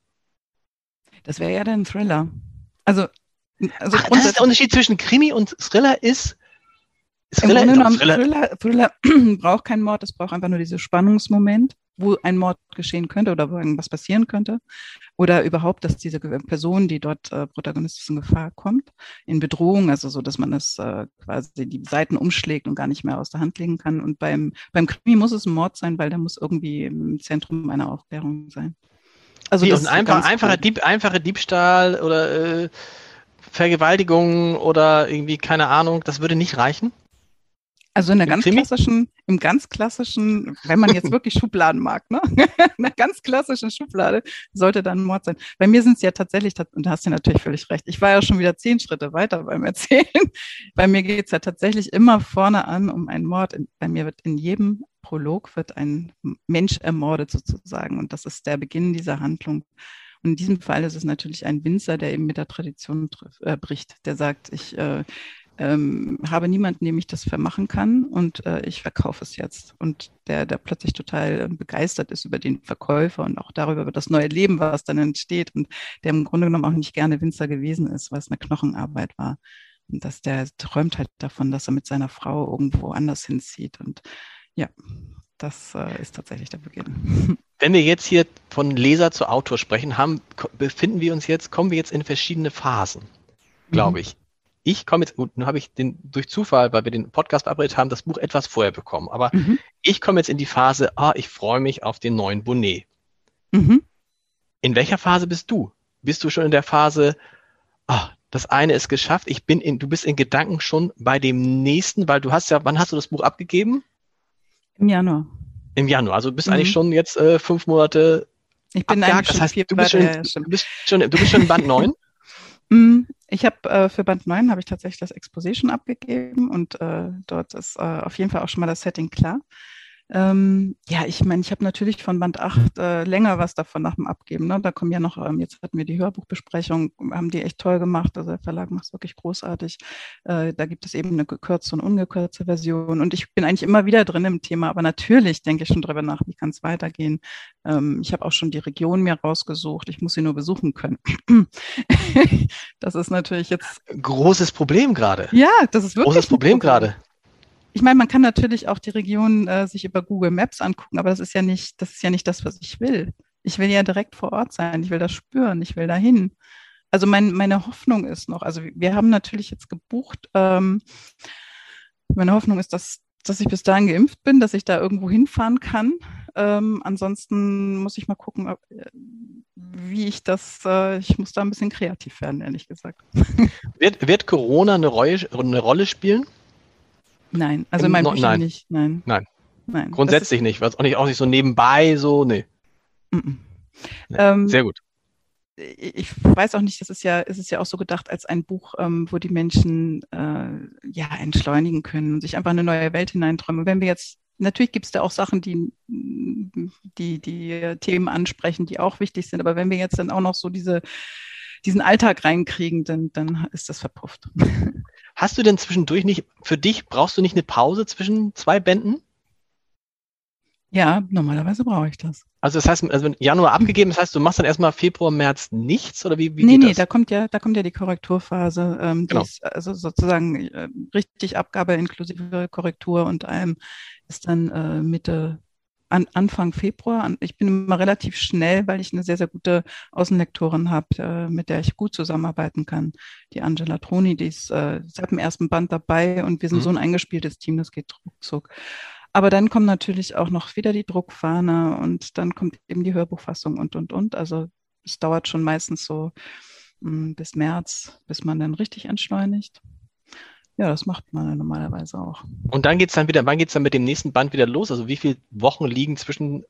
Das wäre ja dann ein Thriller. Also, also Ach, das ist der Unterschied zwischen Krimi und Thriller ist. Thriller, Im Grunde Thriller, Thriller, Thriller braucht keinen Mord, es braucht einfach nur diesen Spannungsmoment, wo ein Mord geschehen könnte oder wo irgendwas passieren könnte. Oder überhaupt, dass diese Person, die dort äh, Protagonist ist, in Gefahr kommt, in Bedrohung, also so, dass man es äh, quasi die Seiten umschlägt und gar nicht mehr aus der Hand legen kann. Und beim, beim Krimi muss es ein Mord sein, weil der muss irgendwie im Zentrum einer Aufklärung sein. Also Wie, das ist ein einfach, einfacher, Dieb, einfache Diebstahl oder äh, Vergewaltigung oder irgendwie, keine Ahnung, das würde nicht reichen? Also in der ganz klassischen, im ganz klassischen, wenn man jetzt wirklich Schubladen mag, ne? In der ganz klassischen Schublade sollte dann ein Mord sein. Bei mir sind es ja tatsächlich, und da hast du natürlich völlig recht, ich war ja schon wieder zehn Schritte weiter beim Erzählen. Bei mir geht es ja tatsächlich immer vorne an um einen Mord. Bei mir wird in jedem Prolog wird ein Mensch ermordet sozusagen und das ist der Beginn dieser Handlung. Und in diesem Fall ist es natürlich ein Winzer, der eben mit der Tradition trifft, äh, bricht, der sagt, ich äh, ähm, habe niemanden, dem ich das vermachen kann und äh, ich verkaufe es jetzt. Und der, der plötzlich total äh, begeistert ist über den Verkäufer und auch darüber, über das neue Leben, was dann entsteht und der im Grunde genommen auch nicht gerne Winzer gewesen ist, weil es eine Knochenarbeit war. Und dass der träumt halt davon, dass er mit seiner Frau irgendwo anders hinzieht. Und ja, das äh, ist tatsächlich der Beginn. Wenn wir jetzt hier von Leser zu Autor sprechen, haben, befinden wir uns jetzt, kommen wir jetzt in verschiedene Phasen, glaube mhm. ich. Ich komme jetzt, gut, nun habe ich den durch Zufall, weil wir den Podcast verabredet haben, das Buch etwas vorher bekommen. Aber mhm. ich komme jetzt in die Phase, ah, ich freue mich auf den neuen Bonnet. Mhm. In welcher Phase bist du? Bist du schon in der Phase, ah, das eine ist geschafft, ich bin in, du bist in Gedanken schon bei dem nächsten, weil du hast ja, wann hast du das Buch abgegeben? Im Januar. Im Januar, also du bist mhm. eigentlich schon jetzt äh, fünf Monate Ich bin abgehakt. eigentlich schon das heißt, vier du bist schon, in, du bist schon, du bist schon in Band neun? Ich habe äh, für Band neun habe ich tatsächlich das Exposition abgegeben und äh, dort ist äh, auf jeden Fall auch schon mal das Setting klar. Ähm, ja, ich meine, ich habe natürlich von Band acht äh, länger was davon nach dem Abgeben. Ne? Da kommen ja noch, ähm, jetzt hatten wir die Hörbuchbesprechung, haben die echt toll gemacht. Also der Verlag macht es wirklich großartig. Äh, da gibt es eben eine gekürzte und ungekürzte Version. Und ich bin eigentlich immer wieder drin im Thema, aber natürlich denke ich schon darüber nach, wie kann es weitergehen. Ähm, ich habe auch schon die Region mir rausgesucht. Ich muss sie nur besuchen können. Das ist natürlich jetzt... Großes Problem gerade. Ja, das ist wirklich Großes Problem gerade. Ich meine, man kann natürlich auch die Region äh, sich über Google Maps angucken, aber das ist ja nicht, das ist ja nicht das, was ich will. Ich will ja direkt vor Ort sein. Ich will das spüren. Ich will dahin. Also mein, meine Hoffnung ist noch, also wir haben natürlich jetzt gebucht, ähm, meine Hoffnung ist, dass, dass ich bis dahin geimpft bin, dass ich da irgendwo hinfahren kann. Ähm, ansonsten muss ich mal gucken, ob, äh, wie ich das, äh, ich muss da ein bisschen kreativ werden, ehrlich gesagt. Wird, wird Corona eine Rolle, eine Rolle spielen? Nein, also Im in meinen No- Büchern nein. nicht, nein. Nein, Nein. grundsätzlich nicht. Was auch nicht, auch nicht so nebenbei, so, nee. Mm-mm. Nee. Ähm, Sehr gut. Ich weiß auch nicht, das ist ja, es ist ja auch so gedacht als ein Buch, ähm, wo die Menschen äh, ja entschleunigen können und sich einfach eine neue Welt hineinträumen. Und wenn wir jetzt, natürlich gibt es da auch Sachen, die, die die Themen ansprechen, die auch wichtig sind, aber wenn wir jetzt dann auch noch so diese, diesen Alltag reinkriegen, dann, dann ist das verpufft. Hast du denn zwischendurch nicht, für dich brauchst du nicht eine Pause zwischen zwei Bänden? Ja, normalerweise brauche ich das. Also das heißt, also Januar abgegeben, das heißt, du machst dann erstmal Februar, März nichts oder wie, wie Nee, geht nee, das? da kommt ja, da kommt ja die Korrekturphase, ähm, die Genau. ist also sozusagen äh, richtig Abgabe inklusive Korrektur und allem ist dann äh, Mitte, an, Anfang Februar. Und ich bin immer relativ schnell, weil ich eine sehr, sehr gute Außenlektorin habe, äh, mit der ich gut zusammenarbeiten kann. Die Angela Troni, die ist äh, seit dem ersten Band dabei und wir sind Mhm. so ein eingespieltes Team, das geht ruckzuck. Aber dann kommt natürlich auch noch wieder die Druckfahne und dann kommt eben die Hörbuchfassung und, und, und. Also es dauert schon meistens so mh, bis März, bis man dann richtig entschleunigt. Ja, das macht man dann normalerweise auch. Und dann geht's dann wieder, wann geht's dann mit dem nächsten Band wieder los? Also wie viele Wochen liegen zwischen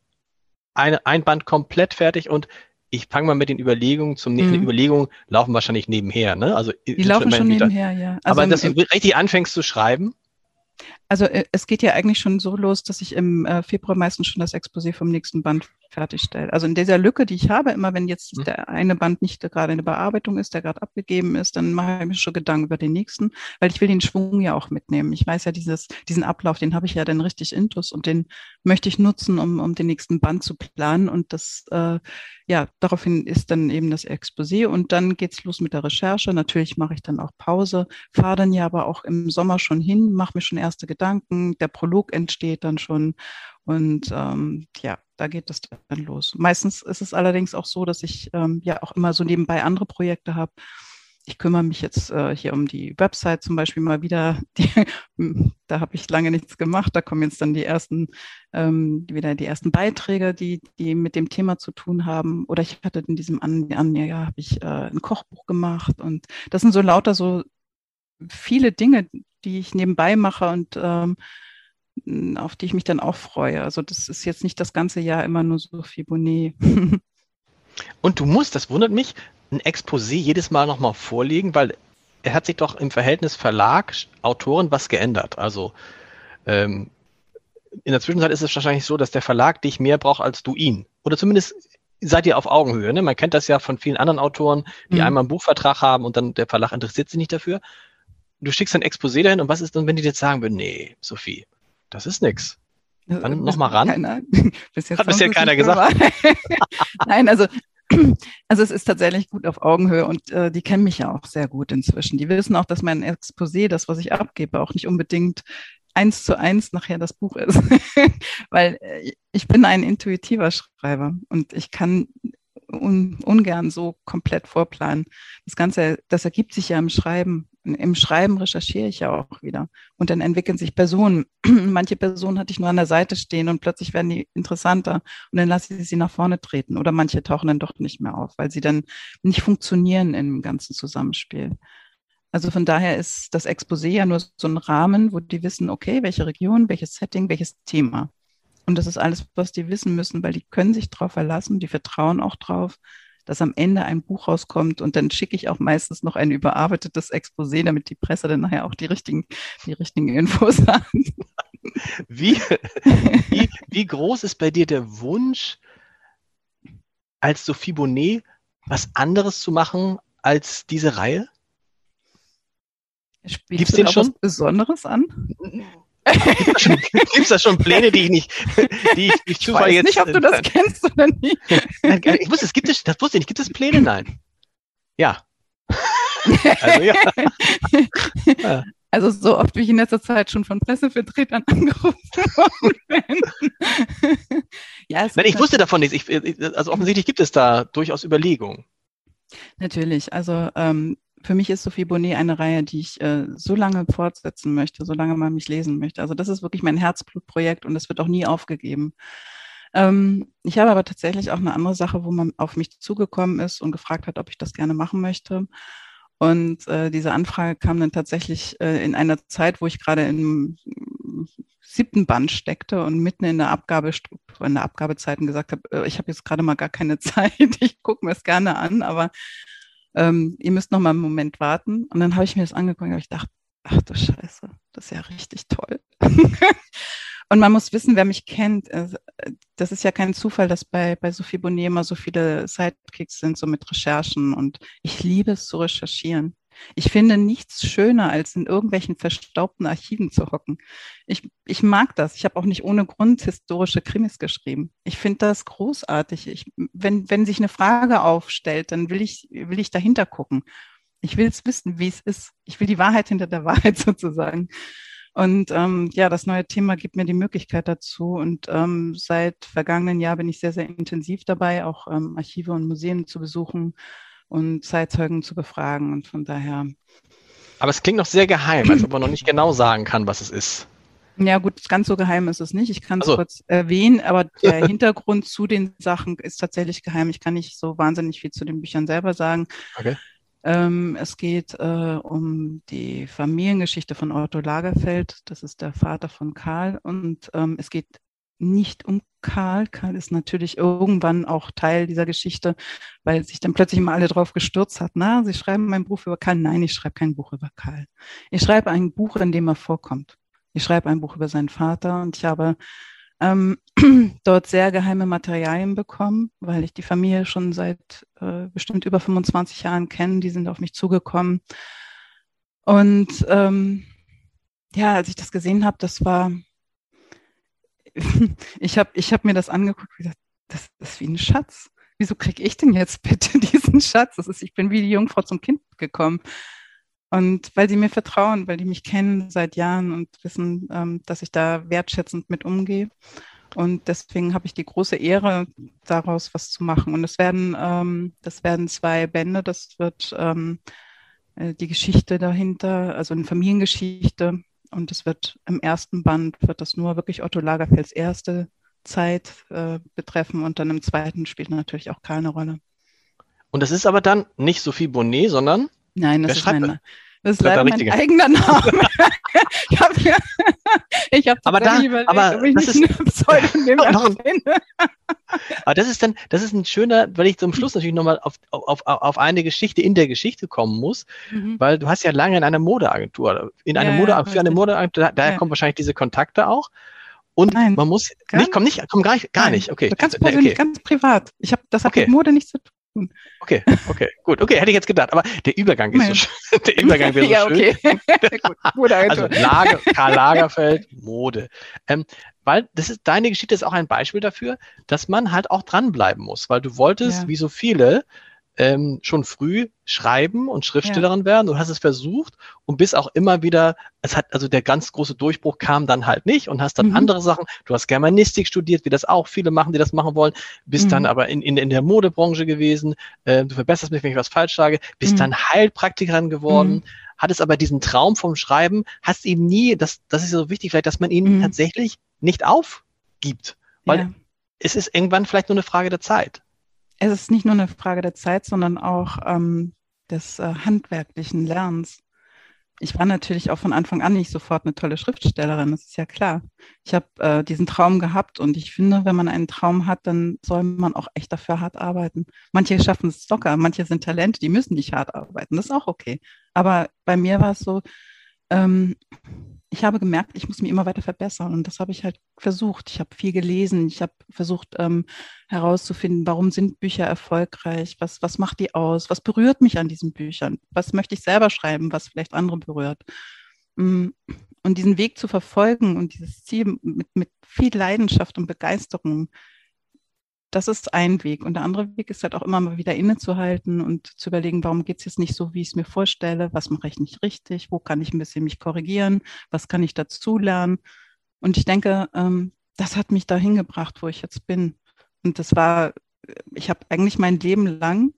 eine, ein Band komplett fertig und ich fange mal mit den Überlegungen zum nächsten. Mhm. Überlegungen laufen wahrscheinlich nebenher, ne? Also Die laufen schon nebenher, ja. Also aber im, dass du im, richtig anfängst zu schreiben? Also äh, es geht ja eigentlich schon so los, dass ich im äh, Februar meistens schon das Exposé vom nächsten Band fertigstelle. Also in dieser Lücke, die ich habe, immer wenn jetzt Hm. der eine Band nicht gerade in der Bearbeitung ist, der gerade abgegeben ist, dann mache ich mir schon Gedanken über den nächsten, weil ich will den Schwung ja auch mitnehmen. Ich weiß ja, dieses, diesen Ablauf, den habe ich ja dann richtig intus und den möchte ich nutzen, um, um den nächsten Band zu planen. Und das, äh, ja, daraufhin ist dann eben das Exposé und dann geht's los mit der Recherche. Natürlich mache ich dann auch Pause, fahre dann ja aber auch im Sommer schon hin, mache mir schon erste Gedanken, der Prolog entsteht dann schon und ähm, ja, da geht es dann los. Meistens ist es allerdings auch so, dass ich ähm, ja auch immer so nebenbei andere Projekte habe. Ich kümmere mich jetzt äh, hier um die Website zum Beispiel mal wieder. Die, da habe ich lange nichts gemacht. Da kommen jetzt dann die ersten, ähm, wieder die ersten Beiträge, die, die mit dem Thema zu tun haben. Oder ich hatte in diesem Anjahr habe ich äh, ein Kochbuch gemacht. Und das sind so lauter so viele Dinge, die ich nebenbei mache und ähm, auf die ich mich dann auch freue. Also das ist jetzt nicht das ganze Jahr immer nur so Fibonacci. Und du musst, das wundert mich, ein Exposé jedes Mal nochmal vorlegen, weil er hat sich doch im Verhältnis Verlag, Autoren was geändert. Also ähm, in der Zwischenzeit ist es wahrscheinlich so, dass der Verlag dich mehr braucht als du ihn. Oder zumindest seid ihr auf Augenhöhe. Ne? Man kennt das ja von vielen anderen Autoren, die mhm. einmal einen Buchvertrag haben und dann der Verlag interessiert sich nicht dafür. Du schickst ein Exposé dahin und was ist dann, wenn die jetzt sagen würden, nee, Sophie, das ist nix. Dann nochmal ran. Keiner, bis jetzt hat bisher keiner gesagt. Nein, also, also es ist tatsächlich gut auf Augenhöhe und äh, die kennen mich ja auch sehr gut inzwischen. Die wissen auch, dass mein Exposé, das, was ich abgebe, auch nicht unbedingt eins zu eins nachher das Buch ist. Weil äh, ich bin ein intuitiver Schreiber und ich kann un, ungern so komplett vorplanen. Das Ganze, das ergibt sich ja im Schreiben. Im Schreiben recherchiere ich ja auch wieder. Und dann entwickeln sich Personen. Manche Personen hatte ich nur an der Seite stehen und plötzlich werden die interessanter. Und dann lasse ich sie nach vorne treten. Oder manche tauchen dann doch nicht mehr auf, weil sie dann nicht funktionieren im ganzen Zusammenspiel. Also von daher ist das Exposé ja nur so ein Rahmen, wo die wissen, okay, welche Region, welches Setting, welches Thema. Und das ist alles, was die wissen müssen, weil die können sich drauf verlassen, die vertrauen auch drauf, dass am Ende ein Buch rauskommt und dann schicke ich auch meistens noch ein überarbeitetes Exposé, damit die Presse dann nachher auch die richtigen, die richtigen Infos hat. Wie, wie, wie groß ist bei dir der Wunsch, als Sophie Bonnet was anderes zu machen als diese Reihe? Gibt es den schon? Was Besonderes an? Gibt es da schon Pläne, die ich nicht, die ich durch Zufall ich weiß jetzt... nicht, ob du das kennst oder nicht. Nein, ich wusste, es gibt es, das wusste ich nicht. Gibt es Pläne? Nein. Ja. Also ja. ja. Also so oft, wie ich in letzter Zeit schon von Pressevertretern angerufen worden bin. Ja, es Nein, ich wusste davon nichts. Ich, also offensichtlich gibt es da durchaus Überlegungen. Natürlich. Also ähm, für mich ist Sophie Bonnet eine Reihe, die ich äh, so lange fortsetzen möchte, solange man mich lesen möchte. Also das ist wirklich mein Herzblutprojekt und es wird auch nie aufgegeben. Ähm, ich habe aber tatsächlich auch eine andere Sache, wo man auf mich zugekommen ist und gefragt hat, ob ich das gerne machen möchte. Und äh, diese Anfrage kam dann tatsächlich äh, in einer Zeit, wo ich gerade im siebten Band steckte und mitten in der Abgabestruktur, in der Abgabezeiten gesagt habe, äh, ich habe jetzt gerade mal gar keine Zeit, ich gucke mir es gerne an, aber ähm, ihr müsst noch mal einen Moment warten. Und dann habe ich mir das angeguckt und habe ich gedacht, ach du Scheiße, das ist ja richtig toll. Und man muss wissen, wer mich kennt. Also, das ist ja kein Zufall, dass bei, bei Sophie Bonnet immer so viele Sidekicks sind, so mit Recherchen. Und ich liebe es zu recherchieren. Ich finde nichts schöner, als in irgendwelchen verstaubten Archiven zu hocken. Ich, ich mag das. Ich habe auch nicht ohne Grund historische Krimis geschrieben. Ich finde das großartig. Ich, wenn, wenn sich eine Frage aufstellt, dann will ich, will ich dahinter gucken. Ich will es wissen, wie es ist. Ich will die Wahrheit hinter der Wahrheit sozusagen. Und ähm, ja, das neue Thema gibt mir die Möglichkeit dazu. Und ähm, seit vergangenen Jahr bin ich sehr, sehr intensiv dabei, auch ähm, Archive und Museen zu besuchen und Zeitzeugen zu befragen. Und von daher. Aber es klingt noch sehr geheim, als ob man noch nicht genau sagen kann, was es ist. Ja gut, ganz so geheim ist es nicht. Ich kann es Also. kurz erwähnen, aber der Hintergrund zu den Sachen ist tatsächlich geheim. Ich kann nicht so wahnsinnig viel zu den Büchern selber sagen. Okay. Ähm, es geht äh, um die Familiengeschichte von Otto Lagerfeld. Das ist der Vater von Karl. Und ähm, es geht nicht um Karl. Karl ist natürlich irgendwann auch Teil dieser Geschichte, weil sich dann plötzlich immer alle drauf gestürzt hat. Na, Sie schreiben ein Buch über Karl. Nein, ich schreibe kein Buch über Karl. Ich schreibe ein Buch, in dem er vorkommt. Ich schreibe ein Buch über seinen Vater und ich habe ähm, dort sehr geheime Materialien bekommen, weil ich die Familie schon seit äh, bestimmt über fünfundzwanzig Jahren kenne. Die sind auf mich zugekommen. Und ähm, ja, als ich das gesehen habe, das war, ich habe ich hab mir das angeguckt und gesagt, das ist wie ein Schatz. Wieso kriege ich denn jetzt bitte diesen Schatz? Das ist, ich bin wie die Jungfrau zum Kind gekommen. Und weil sie mir vertrauen, weil die mich kennen seit Jahren und wissen, ähm, dass ich da wertschätzend mit umgehe. Und deswegen habe ich die große Ehre, daraus was zu machen. Und es werden, ähm, das werden zwei Bände. Das wird ähm, äh, die Geschichte dahinter, also eine Familiengeschichte. Und es wird im ersten Band wird das nur wirklich Otto Lagerfelds erste Zeit äh, betreffen. Und dann im zweiten spielt natürlich auch Karl eine Rolle. Und das ist aber dann nicht Sophie Bonnet, sondern Nein, das wer ist schreibt mein, das ist der leider mein Richtige? eigener Name. ich habe ich hab Aber da- überlegt, aber ob ich das nicht ist- ein Pseudonym Noch ein- erfinde. Aber das ist dann, das ist ein schöner, weil ich zum Schluss natürlich nochmal auf, auf, auf eine Geschichte in der Geschichte kommen muss, Mhm. weil du hast ja lange in einer Modeagentur, in einer Ja, Mode, ja, für eine richtig. Modeagentur, da- daher Ja. kommen wahrscheinlich diese Kontakte auch. Und Nein, man muss, gar nicht, komm nicht, komm gar nicht, gar Nein, nicht, okay. Ganz Nee, persönlich, okay. ganz privat. Ich hab, das hat Okay. mit Mode nichts zu tun. Okay, okay, gut, okay, hätte ich jetzt gedacht, aber der Übergang ist so Nein. schön. Der Übergang wäre so ja, schön. okay. Gut, Modeagentur. Also Lager, Karl Lagerfeld, Mode. Ähm, weil das ist, deine Geschichte ist auch ein Beispiel dafür, dass man halt auch dranbleiben muss, weil du wolltest, Ja. wie so viele, ähm, schon früh schreiben und Schriftstellerin werden. Du hast es versucht und bist auch immer wieder, es hat, also der ganz große Durchbruch kam dann halt nicht und hast dann Mhm. andere Sachen, du hast Germanistik studiert, wie das auch viele machen, die das machen wollen, bist Mhm. dann aber in, in, in der Modebranche gewesen, äh, du verbesserst mich, wenn ich was falsch sage, bist Mhm. dann Heilpraktikerin geworden, Mhm. hattest aber diesen Traum vom Schreiben, hast ihn nie, das, das ist so wichtig vielleicht, dass man ihn Mhm. tatsächlich nicht aufgibt, weil Ja. es ist irgendwann vielleicht nur eine Frage der Zeit. Es ist nicht nur eine Frage der Zeit, sondern auch ähm, des äh, handwerklichen Lernens. Ich war natürlich auch von Anfang an nicht sofort eine tolle Schriftstellerin, das ist ja klar. Ich habe äh, diesen Traum gehabt und ich finde, wenn man einen Traum hat, dann soll man auch echt dafür hart arbeiten. Manche schaffen es locker, manche sind Talente, die müssen nicht hart arbeiten, das ist auch okay. Aber bei mir war es so, ähm, ich habe gemerkt, ich muss mich immer weiter verbessern und das habe ich halt versucht. Ich habe viel gelesen, ich habe versucht ähm, herauszufinden, warum sind Bücher erfolgreich, was, was macht die aus, was berührt mich an diesen Büchern, was möchte ich selber schreiben, was vielleicht andere berührt. Mm, Und diesen Weg zu verfolgen und dieses Ziel mit, mit viel Leidenschaft und Begeisterung, das ist ein Weg. Und der andere Weg ist halt auch immer mal wieder innezuhalten und zu überlegen, warum geht es jetzt nicht so, wie ich es mir vorstelle? Was mache ich nicht richtig? Wo kann ich ein bisschen mich korrigieren? Was kann ich dazulernen? Und ich denke, ähm, das hat mich dahin gebracht, wo ich jetzt bin. Und das war, ich habe eigentlich mein Leben lang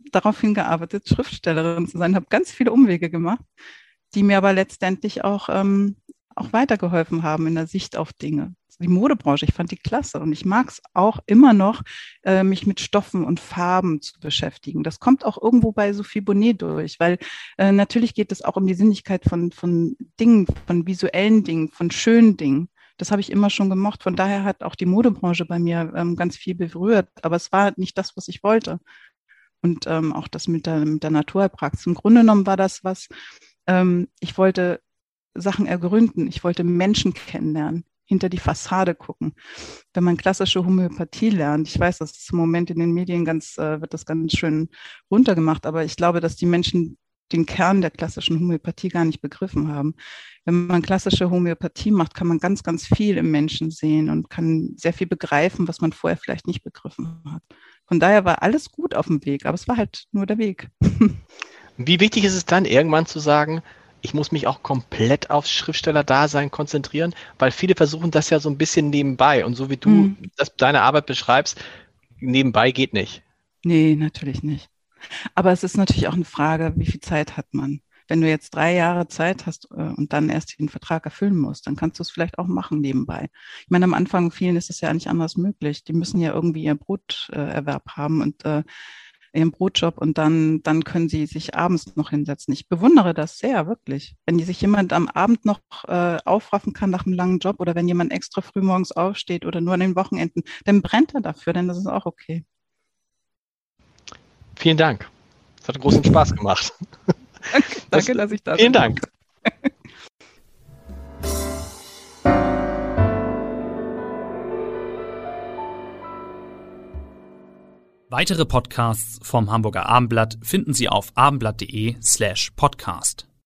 darauf hingearbeitet, Schriftstellerin zu sein, habe ganz viele Umwege gemacht, die mir aber letztendlich auch, ähm, auch weitergeholfen haben in der Sicht auf Dinge. Die Modebranche, ich fand die klasse und ich mag es auch immer noch, äh, mich mit Stoffen und Farben zu beschäftigen. Das kommt auch irgendwo bei Sophie Bonnet durch, weil äh, natürlich geht es auch um die Sinnlichkeit von, von Dingen, von visuellen Dingen, von schönen Dingen. Das habe ich immer schon gemocht. Von daher hat auch die Modebranche bei mir ähm, ganz viel berührt. Aber es war nicht das, was ich wollte. Und ähm, auch das mit der, mit der Naturheilpraxis. Im Grunde genommen war das was, ähm, ich wollte Sachen ergründen. Ich wollte Menschen kennenlernen, hinter die Fassade gucken. Wenn man klassische Homöopathie lernt, ich weiß, das ist im Moment in den Medien ganz, äh, wird das ganz schön runtergemacht, aber ich glaube, dass die Menschen den Kern der klassischen Homöopathie gar nicht begriffen haben. Wenn man klassische Homöopathie macht, kann man ganz, ganz viel im Menschen sehen und kann sehr viel begreifen, was man vorher vielleicht nicht begriffen hat. Von daher war alles gut auf dem Weg, aber es war halt nur der Weg. Wie wichtig ist es dann, irgendwann zu sagen, ich muss mich auch komplett aufs Schriftsteller-Dasein konzentrieren, weil viele versuchen das ja so ein bisschen nebenbei. Und so wie du Mhm. das, deine Arbeit beschreibst, nebenbei geht nicht. Nee, natürlich nicht. Aber es ist natürlich auch eine Frage, wie viel Zeit hat man? Wenn du jetzt drei Jahre Zeit hast äh, und dann erst den Vertrag erfüllen musst, dann kannst du es vielleicht auch machen nebenbei. Ich meine, am Anfang vielen ist es ja nicht anders möglich. Die müssen ja irgendwie ihr Broterwerb äh, haben und äh, ihren Brotjob und dann, dann können sie sich abends noch hinsetzen. Ich bewundere das sehr, wirklich. Wenn sich jemand am Abend noch äh, aufraffen kann nach einem langen Job oder wenn jemand extra früh morgens aufsteht oder nur an den Wochenenden, dann brennt er dafür, denn das ist auch okay. Vielen Dank. Es hat großen Spaß gemacht. Danke, danke dass ich da bin. Vielen Dank. Weitere Podcasts vom Hamburger Abendblatt finden Sie auf abendblatt.de slash podcast.